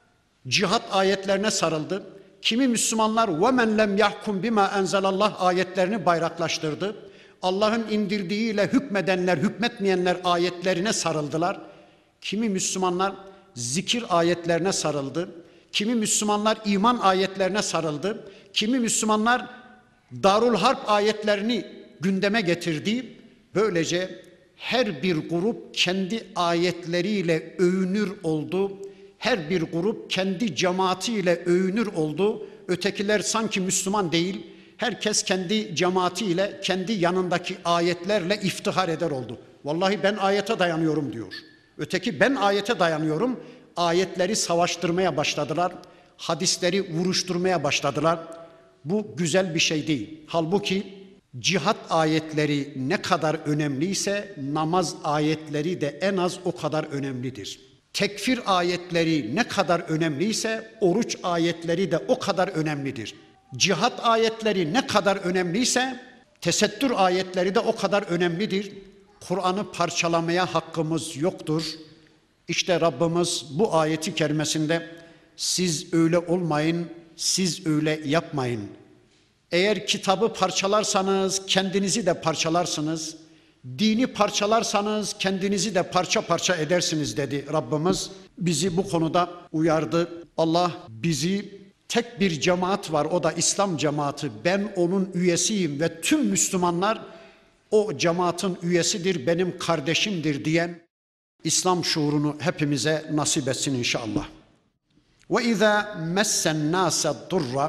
cihat ayetlerine sarıldı. Kimi Müslümanlar وَمَنْ لَمْ يَحْكُمْ بِمَا أَنْزَلَ اللّٰهِ ayetlerini bayraklaştırdı. Allah'ın indirdiğiyle hükmedenler, hükmetmeyenler ayetlerine sarıldılar. Kimi Müslümanlar zikir ayetlerine sarıldı. Kimi Müslümanlar iman ayetlerine sarıldı. Kimi Müslümanlar Darul Harp ayetlerini gündeme getirdi. Böylece her bir grup kendi ayetleriyle övünür oldu. Her bir grup kendi cemaatiyle övünür oldu. Ötekiler sanki Müslüman değil. Herkes kendi cemaatiyle, kendi yanındaki ayetlerle iftihar eder oldu. Vallahi ben ayete dayanıyorum diyor. Öteki ben ayete dayanıyorum. Ayetleri savaştırmaya başladılar. Hadisleri vuruşturmaya başladılar. Bu güzel bir şey değil. Halbuki cihat ayetleri ne kadar önemliyse namaz ayetleri de en az o kadar önemlidir. Tekfir ayetleri ne kadar önemliyse oruç ayetleri de o kadar önemlidir. Cihat ayetleri ne kadar önemliyse tesettür ayetleri de o kadar önemlidir. Kur'an'ı parçalamaya hakkımız yoktur. İşte Rabbimiz bu ayeti kerimesinde siz öyle olmayın, siz öyle yapmayın. Eğer kitabı parçalarsanız kendinizi de parçalarsınız. Dini parçalarsanız kendinizi de parça parça edersiniz dedi Rabbimiz. Bizi bu konuda uyardı. Allah bizi tek bir cemaat var, o da İslam cemaati. Ben onun üyesiyim ve tüm Müslümanlar o cemaatin üyesidir, benim kardeşimdir diyen İslam şuurunu hepimize nasip etsin inşallah. Ve izâ messen nâse durra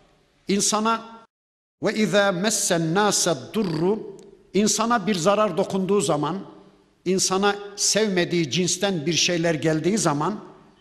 insana bir zarar dokunduğu zaman, insana sevmediği cinsten bir şeyler geldiği zaman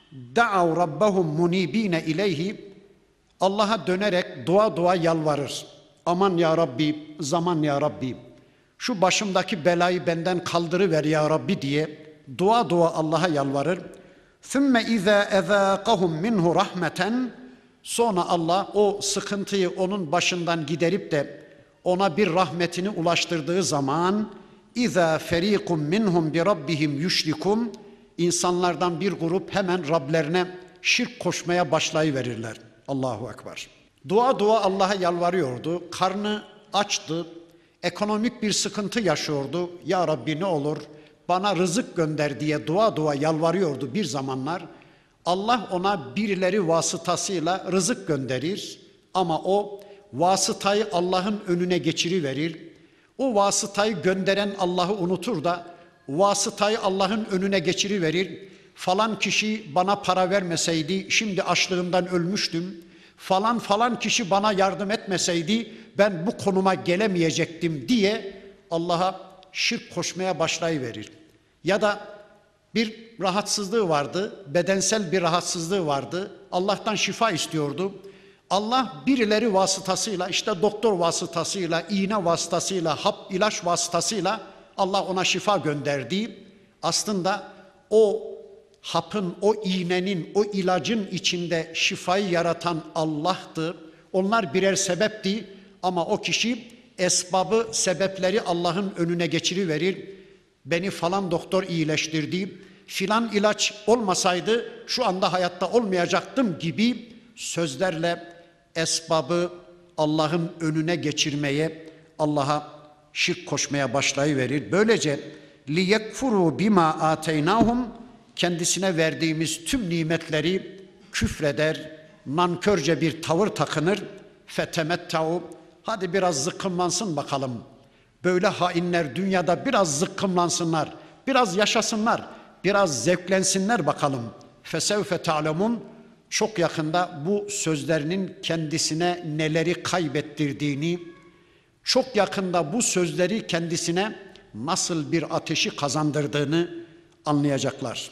da'av rabbahum munibine ileyhi, Allah'a dönerek dua yalvarır. Aman ya Rabbi, zaman ya Rabbi, şu başımdaki belayı benden kaldırıver ya Rabbi diye dua Allah'a yalvarır. ثُمَّ اِذَا اَذَاقَهُمْ مِنْهُ رَحْمَةً Sonra Allah o sıkıntıyı onun başından giderip de ona bir rahmetini ulaştırdığı zaman اِذَا فَر۪يقٌ مِنْهُمْ بِرَبِّهِمْ يُشْرِكُونَ İnsanlardan bir grup hemen Rablerine şirk koşmaya başlayıverirler. Allahu Ekber. Dua Allah'a yalvarıyordu. Karnı açtı. Ekonomik bir sıkıntı yaşıyordu. Ya Rabbi ne olur bana rızık gönder diye dua yalvarıyordu bir zamanlar. Allah ona birileri vasıtasıyla rızık gönderir. Ama o vasıtayı Allah'ın önüne geçiriverir. O vasıtayı gönderen Allah'ı unutur da vasıtayı Allah'ın önüne geçiriverir. Falan kişi bana para vermeseydi şimdi açlığımdan ölmüştüm. Falan kişi bana yardım etmeseydi ben bu konuma gelemeyecektim diye Allah'a şirk koşmaya başlayıverir. Ya da bir rahatsızlığı vardı, bedensel bir rahatsızlığı vardı. Allah'tan şifa istiyordu. Allah birileri vasıtasıyla, işte doktor vasıtasıyla, iğne vasıtasıyla, hap ilaç vasıtasıyla Allah ona şifa gönderdi. Aslında o hapın, o iğnenin, o ilacın içinde şifayı yaratan Allah'tı. Onlar birer sebepti ama o kişi esbabı, sebepleri Allah'ın önüne geçiriverir. Beni falan doktor iyileştirdi, filan ilaç olmasaydı şu anda hayatta olmayacaktım gibi sözlerle esbabı Allah'ın önüne geçirmeye, Allah'a şirk koşmaya başlayıverir. Böylece liyekfuru bima ateynahum kendisine verdiğimiz tüm nimetleri küfreder, nankörce bir tavır takınır. Fetemettau hadi biraz zıkkımlansın bakalım. Böyle hainler dünyada biraz zıkkımlansınlar, biraz yaşasınlar, biraz zevklensinler bakalım. Fesevfe ta'lemun çok yakında bu sözlerinin kendisine neleri kaybettirdiğini, çok yakında bu sözleri kendisine nasıl bir ateşi kazandırdığını anlayacaklar.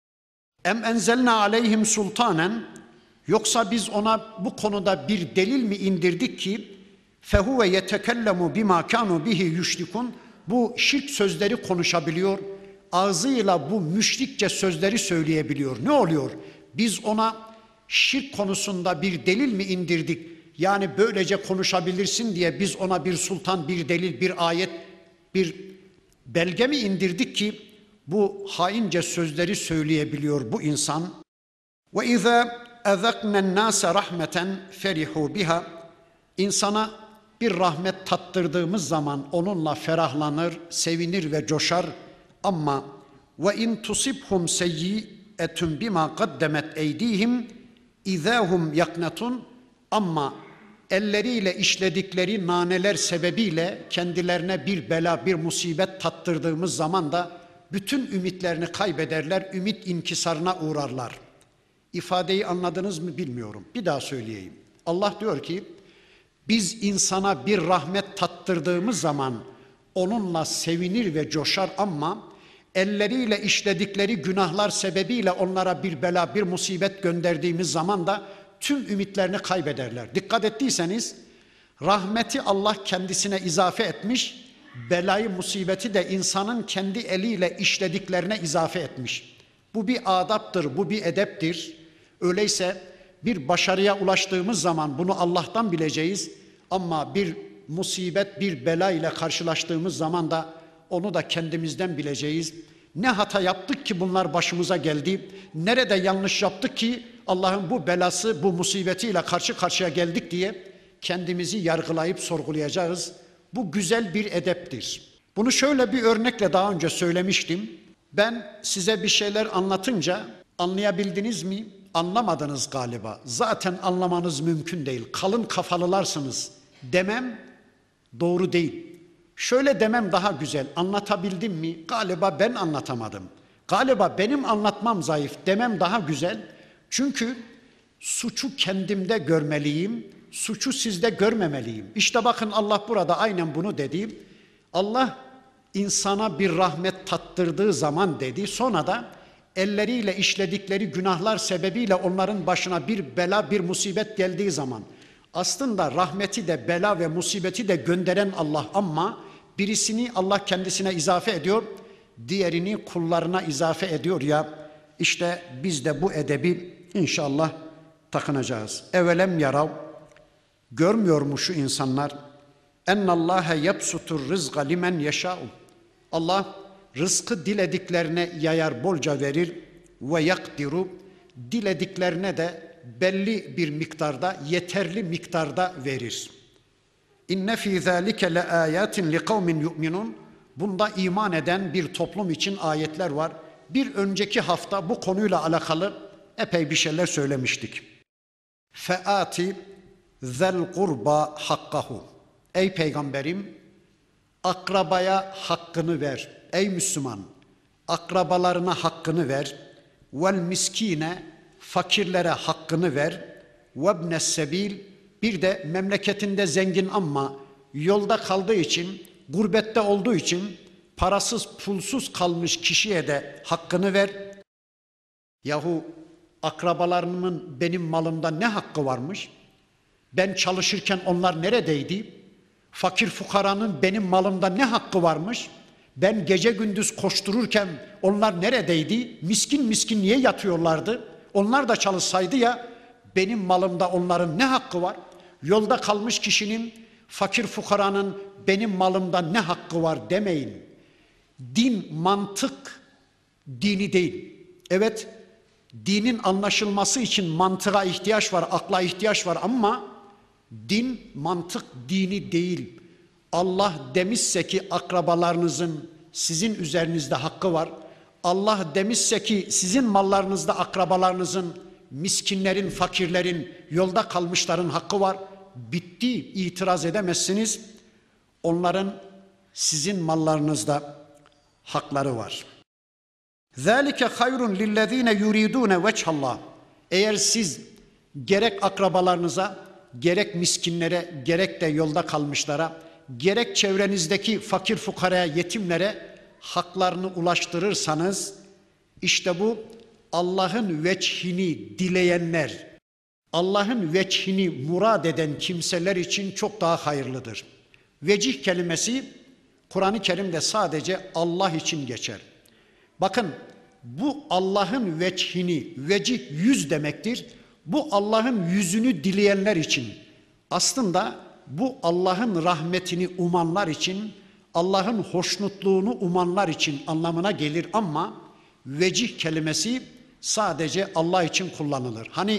Em enzelna aleyhim sultanen yoksa biz ona bu konuda bir delil mi indirdik ki fehuve yetekellemu bima kanu bihi yüşrikun bu şirk sözleri konuşabiliyor. Ağzıyla bu müşrikçe sözleri söyleyebiliyor. Ne oluyor? Biz ona şirk konusunda bir delil mi indirdik? Yani böylece konuşabilirsin diye biz ona bir sultan, bir delil, bir ayet, bir belge mi indirdik ki bu haince sözleri söyleyebiliyor bu insan? Ve izâ ezeknen nase rahmeten ferihu biha. İnsana bir rahmet tattırdığımız zaman onunla ferahlanır, sevinir ve coşar. Ama ve in tusibhum seyyi'etun bima qaddemet eydihim izahum yaknatun. Ama elleriyle işledikleri naneler sebebiyle kendilerine bir bela, bir musibet tattırdığımız zaman da bütün ümitlerini kaybederler, ümit inkisarına uğrarlar. İfadeyi anladınız mı bilmiyorum. Bir daha söyleyeyim. Allah diyor ki, biz insana bir rahmet tattırdığımız zaman onunla sevinir ve coşar ama elleriyle işledikleri günahlar sebebiyle onlara bir bela, bir musibet gönderdiğimiz zaman da tüm ümitlerini kaybederler. Dikkat ettiyseniz rahmeti Allah kendisine izafe etmiş, belayı, musibeti de insanın kendi eliyle işlediklerine izafe etmiş. Bu bir adaptır, bu bir edeptir. Öyleyse bir başarıya ulaştığımız zaman bunu Allah'tan bileceğiz ama bir musibet, bir bela ile karşılaştığımız zaman da onu da kendimizden bileceğiz. Ne hata yaptık ki bunlar başımıza geldi? Nerede yanlış yaptık ki Allah'ın bu belası, bu musibetiyle karşı karşıya geldik diye kendimizi yargılayıp sorgulayacağız. Bu güzel bir edeptir. Bunu şöyle bir örnekle daha önce söylemiştim. Ben size bir şeyler anlatınca anlayabildiniz mi? Anlamadınız galiba. Zaten anlamanız mümkün değil. Kalın kafalılarsınız demem doğru değil. Şöyle demem daha güzel. Anlatabildim mi? Galiba ben anlatamadım. Galiba benim anlatmam zayıf demem daha güzel. Çünkü suçu kendimde görmeliyim. Suçu sizde görmemeliyim. İşte bakın Allah burada aynen bunu dedi. Allah insana bir rahmet tattırdığı zaman dedi. Sonra da elleriyle işledikleri günahlar sebebiyle onların başına bir bela, bir musibet geldiği zaman aslında rahmeti de bela ve musibeti de gönderen Allah ama birisini Allah kendisine izafe ediyor, diğerini kullarına izafe ediyor ya. İşte biz de bu edebi inşallah takınacağız. Evelem yarav, görmüyor mu şu insanlar? Ennallâhe yebsutur rızqa limen yeşâ'u. Allah rızkı dilediklerine yayar, bolca verir. Ve yakdiru, dilediklerine de belli bir miktarda, yeterli miktarda verir. İnne fî zâlike le âyâtin li kavmin yu'minun. Bunda iman eden bir toplum için ayetler var. Bir önceki hafta bu konuyla alakalı epey bir şeyler söylemiştik. Fe'ati zel kurba hakkahu. Ey peygamberim, akrabaya hakkını ver. Ey Müslüman, akrabalarına hakkını ver. Vel miskine, fakirlere hakkını ver. Vebnes sebil, bir de memleketinde zengin ama yolda kaldığı için, gurbette olduğu için parasız, pulsuz kalmış kişiye de hakkını ver. Yahu akrabalarımın benim malımda ne hakkı varmış? Ben çalışırken onlar neredeydi? Fakir fukaranın benim malımda ne hakkı varmış? Ben gece gündüz koştururken onlar neredeydi? Miskin miskin niye yatıyorlardı? Onlar da çalışsaydı ya, benim malımda onların ne hakkı var? Yolda kalmış kişinin, fakir fukaranın benim malımda ne hakkı var demeyin. Din mantık dini değil. Evet, dinin anlaşılması için mantığa ihtiyaç var, akla ihtiyaç var ama din mantık dini değil. Allah demişse ki akrabalarınızın sizin üzerinizde hakkı var. Allah demişse ki sizin mallarınızda akrabalarınızın, miskinlerin, fakirlerin, yolda kalmışların hakkı var. Bitti, itiraz edemezsiniz. Onların sizin mallarınızda hakları var. ذَٰلِكَ خَيْرٌ لِلَّذ۪ينَ يُرِيدُونَ وَجْهَ اللّٰهِ. Eğer siz gerek akrabalarınıza, gerek miskinlere, gerek de yolda kalmışlara, gerek çevrenizdeki fakir fukaraya, yetimlere haklarını ulaştırırsanız, işte bu Allah'ın veçhini dileyenler, Allah'ın veçhini murad eden kimseler için çok daha hayırlıdır. Vecih kelimesi Kur'an-ı Kerim'de sadece Allah için geçer. Bakın bu Allah'ın veçhini, vecih yüz demektir. Bu Allah'ın yüzünü dileyenler için, aslında bu Allah'ın rahmetini umanlar için, Allah'ın hoşnutluğunu umanlar için anlamına gelir ama vecih kelimesi sadece Allah için kullanılır. Hani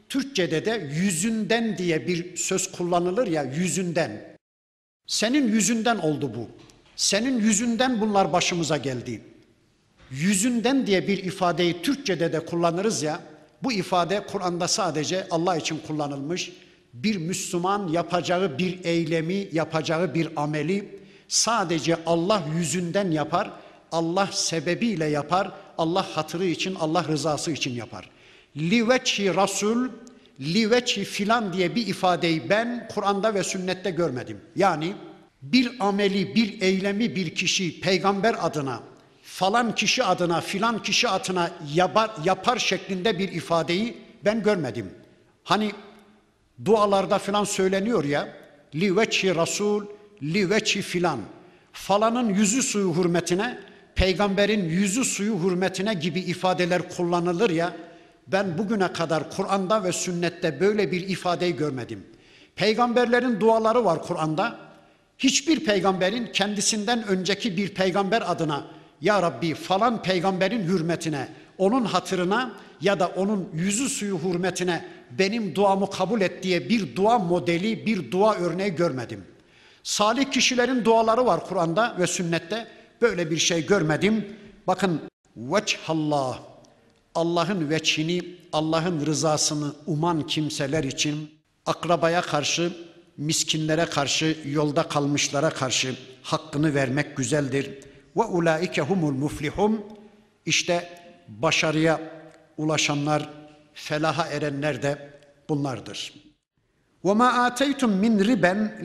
Türkçede de yüzünden diye bir söz kullanılır ya, yüzünden. Senin yüzünden oldu bu. Senin yüzünden bunlar başımıza geldi. Yüzünden diye bir ifadeyi Türkçede de kullanırız ya, bu ifade Kur'an'da sadece Allah için kullanılmış. Bir Müslüman yapacağı bir eylemi, yapacağı bir ameli sadece Allah yüzünden yapar, Allah sebebiyle yapar, Allah hatırı için, Allah rızası için yapar. Liveçhi Rasul, liveçhi filan diye bir ifadeyi ben Kur'an'da ve sünnette görmedim. Yani bir ameli, bir eylemi bir kişi peygamber adına, falan kişi adına, filan kişi adına yapar şeklinde bir ifadeyi ben görmedim. Hani dualarda filan söyleniyor ya, liveçhi Rasul, liveçhi filan, falanın yüzü suyu hürmetine, peygamberin yüzü suyu hürmetine gibi ifadeler kullanılır ya, ben bugüne kadar Kur'an'da ve sünnette böyle bir ifadeyi görmedim. Peygamberlerin duaları var Kur'an'da. Hiçbir peygamberin kendisinden önceki bir peygamber adına ya Rabbi falan peygamberin hürmetine, onun hatırına ya da onun yüzü suyu hürmetine benim duamı kabul et diye bir dua modeli, bir dua örneği görmedim. Salih kişilerin duaları var Kur'an'da ve sünnette. Böyle bir şey görmedim. Bakın veçhallah, Allah'ın veçhini, Allah'ın rızasını uman kimseler için akrabaya karşı, miskinlere karşı, yolda kalmışlara karşı hakkını vermek güzeldir. Ve ulaike humul muflihun. İşte başarıya ulaşanlar, felaha erenler de bunlardır. Ve ma ateytum min riben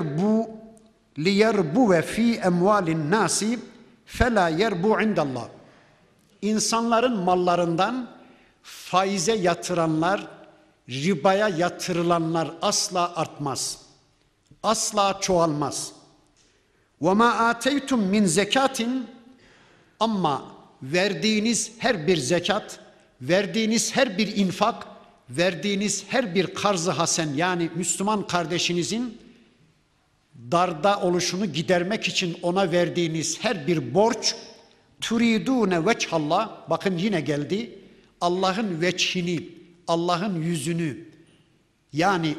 liyerbu ve fi emvalin nasi fela yerbu indallah. İnsanların mallarından faize yatıranlar, ribaya yatırılanlar asla artmaz. Asla çoğalmaz. وَمَا آتَيْتُمْ مِنْ زَكَاتٍ. Ama verdiğiniz her bir zekat, verdiğiniz her bir infak, verdiğiniz her bir karz-ı hasen, yani Müslüman kardeşinizin darda oluşunu gidermek için ona verdiğiniz her bir borç, turidune veçhallah, bakın yine geldi, Allah'ın veçhini, Allah'ın yüzünü, yani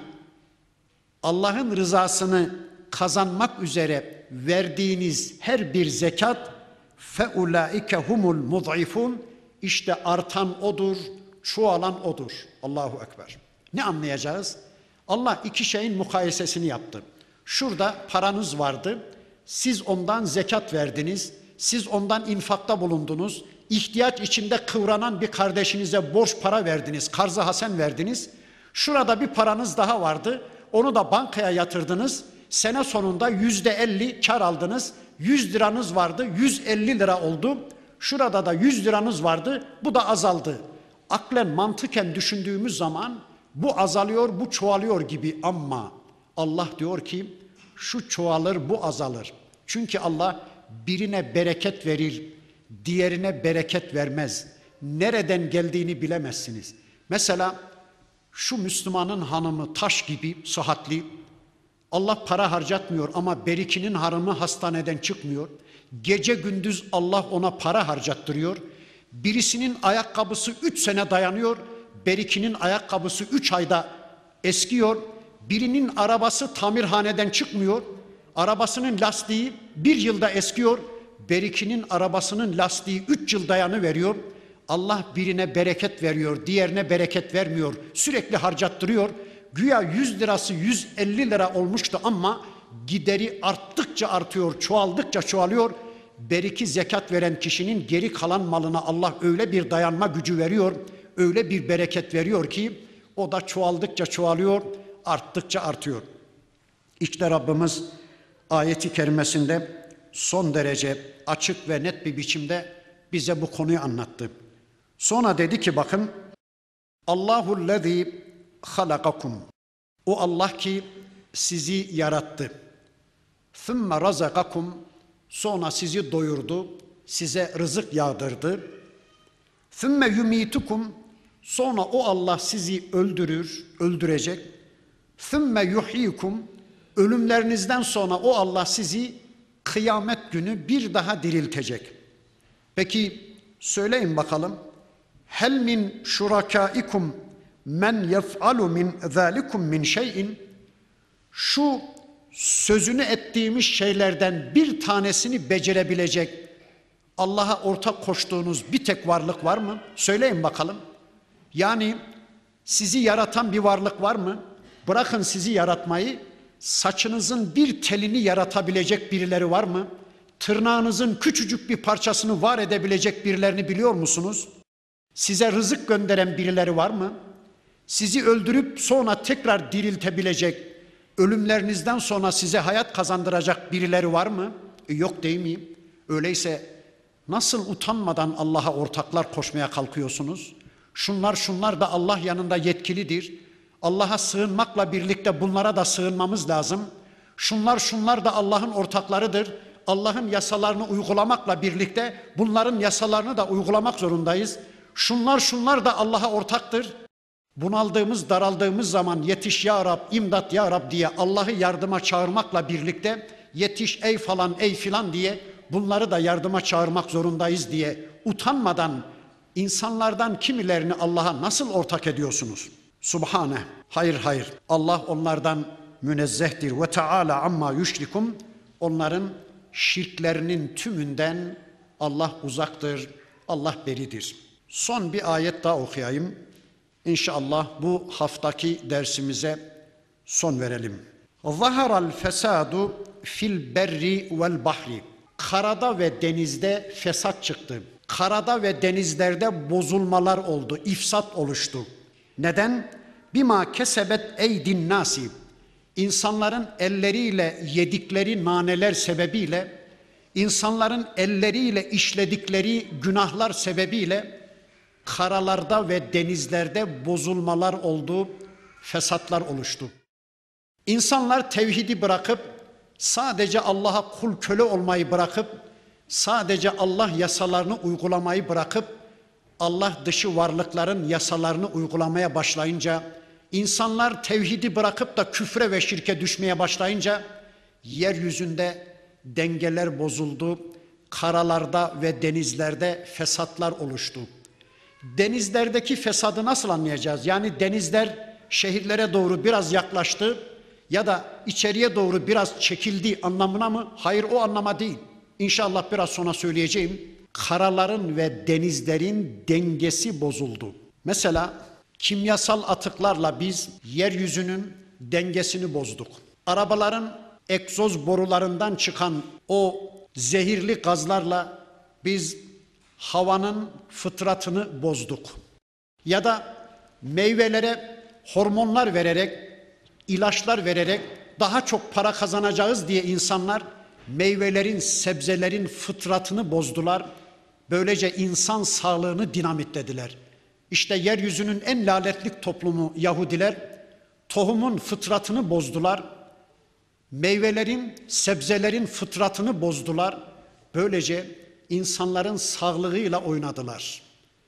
Allah'ın rızasını kazanmak üzere verdiğiniz her bir zekat feulaike humul mud'ifun, işte artan odur, çoğalan odur. Allahu ekber. Ne anlayacağız? Allah iki şeyin mukayesesini yaptı. Şurada paranız vardı. Siz ondan zekat verdiniz. Siz ondan infakta bulundunuz. İhtiyaç içinde kıvranan bir kardeşinize borç para verdiniz. Karz-ı hasen verdiniz. Şurada bir paranız daha vardı. Onu da bankaya yatırdınız. Sene sonunda %50 kar aldınız. 100 liranız vardı. 150 lira oldu. Şurada da 100 liranız vardı. Bu da azaldı. Aklen, mantıken düşündüğümüz zaman bu azalıyor, bu çoğalıyor gibi, ama Allah diyor ki şu çoğalır, bu azalır. Çünkü Allah birine bereket verir, diğerine bereket vermez. Nereden geldiğini bilemezsiniz. Mesela şu Müslümanın hanımı taş gibi sıhhatli, Allah para harcatmıyor ama berikinin hanımı hastaneden çıkmıyor. Gece gündüz Allah ona para harcattırıyor. Birisinin ayakkabısı 3 sene dayanıyor, berikinin ayakkabısı 3 ayda eskiyor. Birinin arabası tamirhaneden çıkmıyor, arabasının lastiği 1 yılda eskiyor. Berikinin arabasının lastiği 3 yıl dayanıveriyor. Allah birine bereket veriyor, diğerine bereket vermiyor. Sürekli harcattırıyor. Güya 100 lirası 150 lira olmuştu ama gideri arttıkça artıyor, çoğaldıkça çoğalıyor. Beriki zekat veren kişinin geri kalan malına Allah öyle bir dayanma gücü veriyor, öyle bir bereket veriyor ki o da çoğaldıkça çoğalıyor, arttıkça artıyor. İşte Rabbimiz ayeti kerimesinde son derece açık ve net bir biçimde bize bu konuyu anlattı. Sonra dedi ki bakın, Allahu'llezî halakakum. O Allah ki sizi yarattı. Thumma razakakum. Sonra sizi doyurdu, size rızık yağdırdı. Thumma yumitukum. Sonra o Allah sizi öldürecek. Thumma yuhyikum. Ölümlerinizden sonra o Allah sizi kıyamet günü bir daha diriltecek. Peki söyleyin bakalım. Hel min şurakaikum men yef'alu min zalikum min şey'in, şu sözünü ettiğimiz şeylerden bir tanesini becerebilecek, Allah'a ortak koştuğunuz bir tek varlık var mı? Söyleyin bakalım. Yani sizi yaratan bir varlık var mı? Bırakın sizi yaratmayı, saçınızın bir telini yaratabilecek birileri var mı? Tırnağınızın küçücük bir parçasını var edebilecek birilerini biliyor musunuz? Size rızık gönderen birileri var mı? Sizi öldürüp sonra tekrar diriltebilecek, ölümlerinizden sonra size hayat kazandıracak birileri var mı? Yok değil mi? Öyleyse nasıl utanmadan Allah'a ortaklar koşmaya kalkıyorsunuz? Şunlar da Allah yanında yetkilidir. Allah'a sığınmakla birlikte bunlara da sığınmamız lazım. Şunlar da Allah'ın ortaklarıdır. Allah'ın yasalarını uygulamakla birlikte bunların yasalarını da uygulamak zorundayız. Şunlar da Allah'a ortaktır. Bunaldığımız, daraldığımız zaman yetiş ya Rab, imdat ya Rab diye Allah'ı yardıma çağırmakla birlikte yetiş ey falan ey filan diye bunları da yardıma çağırmak zorundayız diye utanmadan insanlardan kimilerini Allah'a nasıl ortak ediyorsunuz? Subhane. Hayır. Allah onlardan münezzehtir. Ve Teala amma yüşrikum. Onların şirklerinin tümünden Allah uzaktır. Allah beridir. Son bir ayet daha okuyayım. İnşallah bu haftaki dersimize son verelim. Zaharal fesadu fil berri vel bahri. Karada ve denizde fesat çıktı. Karada ve denizlerde bozulmalar oldu, ifsat oluştu. Neden? Bima kesebet eydin nasi. İnsanların elleriyle yedikleri naneler sebebiyle, insanların elleriyle işledikleri günahlar sebebiyle karalarda ve denizlerde bozulmalar oldu, fesatlar oluştu. İnsanlar tevhidi bırakıp, sadece Allah'a kul köle olmayı bırakıp, sadece Allah yasalarını uygulamayı bırakıp, Allah dışı varlıkların yasalarını uygulamaya başlayınca, insanlar tevhidi bırakıp da küfre ve şirke düşmeye başlayınca, yeryüzünde dengeler bozuldu, karalarda ve denizlerde fesatlar oluştu. Denizlerdeki fesadı nasıl anlayacağız? Yani denizler şehirlere doğru biraz yaklaştı ya da içeriye doğru biraz çekildi anlamına mı? Hayır, o anlama değil. İnşallah biraz sonra söyleyeceğim. Karaların ve denizlerin dengesi bozuldu. Mesela kimyasal atıklarla biz yeryüzünün dengesini bozduk. Arabaların egzoz borularından çıkan o zehirli gazlarla biz havanın fıtratını bozduk. Ya da meyvelere hormonlar vererek, ilaçlar vererek daha çok para kazanacağız diye insanlar meyvelerin, sebzelerin fıtratını bozdular. Böylece insan sağlığını dinamitlediler. İşte yeryüzünün en lanetlik toplumu Yahudiler tohumun fıtratını bozdular. Meyvelerin, sebzelerin fıtratını bozdular. Böylece insanların sağlığıyla oynadılar.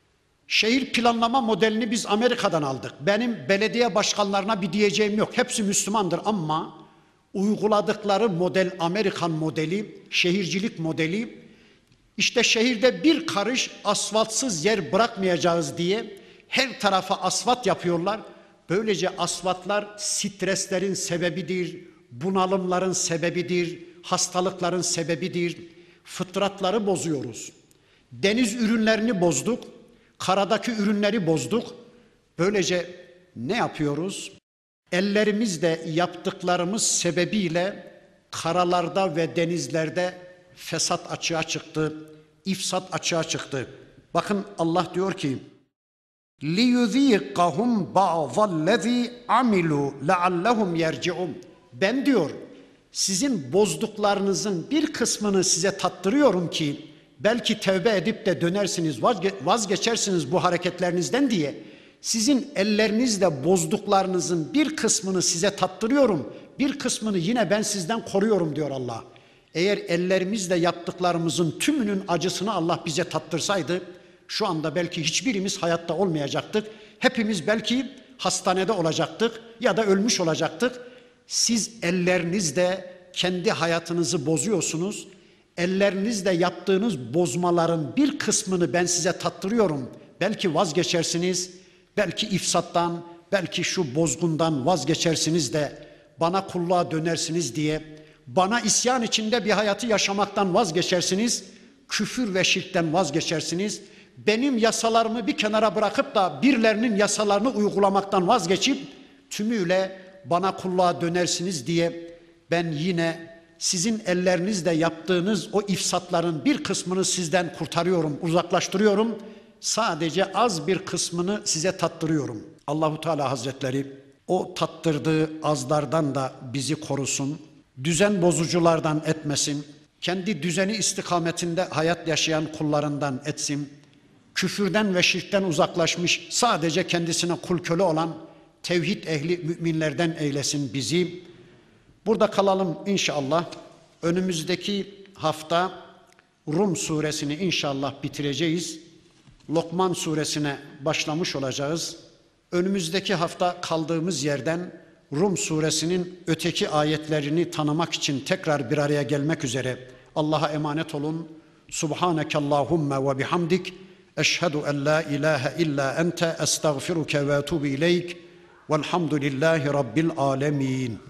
Şehir planlama modelini biz Amerika'dan aldık. Benim belediye başkanlarına bir diyeceğim yok. Hepsi Müslümandır ama uyguladıkları model Amerikan modeli, şehircilik modeli. İşte şehirde bir karış asfaltsız yer bırakmayacağız diye her tarafa asfalt yapıyorlar. Böylece asfaltlar streslerin sebebidir, bunalımların sebebidir, hastalıkların sebebidir. Fıtratları bozuyoruz. Deniz ürünlerini bozduk, karadaki ürünleri bozduk. Böylece ne yapıyoruz? Ellerimizle yaptıklarımız sebebiyle karalarda ve denizlerde fesat açığa çıktı, ifsat açığa çıktı. Bakın Allah diyor ki: لِيُذ۪يقَهُمْ بَعْضَ الَّذ۪ي عَمِلُوا لَعَلَّهُمْ يَرْجِعُونَ. Ben diyor, sizin bozduklarınızın bir kısmını size tattırıyorum ki belki tevbe edip de dönersiniz, vazgeçersiniz bu hareketlerinizden diye sizin ellerinizle bozduklarınızın bir kısmını size tattırıyorum, bir kısmını yine ben sizden koruyorum diyor Allah. Eğer ellerimizle yaptıklarımızın tümünün acısını Allah bize tattırsaydı şu anda belki hiçbirimiz hayatta olmayacaktık. Hepimiz belki hastanede olacaktık ya da ölmüş olacaktık. Siz ellerinizle kendi hayatınızı bozuyorsunuz. Ellerinizle yaptığınız bozmaların bir kısmını ben size tattırıyorum. Belki vazgeçersiniz, belki ifsattan, belki şu bozgundan vazgeçersiniz de bana kulluğa dönersiniz diye, bana isyan içinde bir hayatı yaşamaktan vazgeçersiniz, küfür ve şirkten vazgeçersiniz, benim yasalarımı bir kenara bırakıp da birilerinin yasalarını uygulamaktan vazgeçip tümüyle bana kulluğa dönersiniz diye ben yine sizin ellerinizle yaptığınız o ifsatların bir kısmını sizden kurtarıyorum, uzaklaştırıyorum. Sadece az bir kısmını size tattırıyorum. Allahu Teala Hazretleri o tattırdığı azlardan da bizi korusun. Düzen bozuculardan etmesin. Kendi düzeni istikametinde hayat yaşayan kullarından etsin. Küfürden ve şirkten uzaklaşmış, sadece kendisine kul köle olan tevhid ehli müminlerden eylesin bizi. Burada kalalım inşallah. Önümüzdeki hafta Rum suresini inşallah bitireceğiz. Lokman suresine başlamış olacağız. Önümüzdeki hafta kaldığımız yerden Rum suresinin öteki ayetlerini tanımak için tekrar bir araya gelmek üzere Allah'a emanet olun. Subhanekallahumma ve bihamdik. Eşhedü en la ilahe illa ente estağfiruke ve etubu ileyk. Velhamdülillahi Rabbil alemin.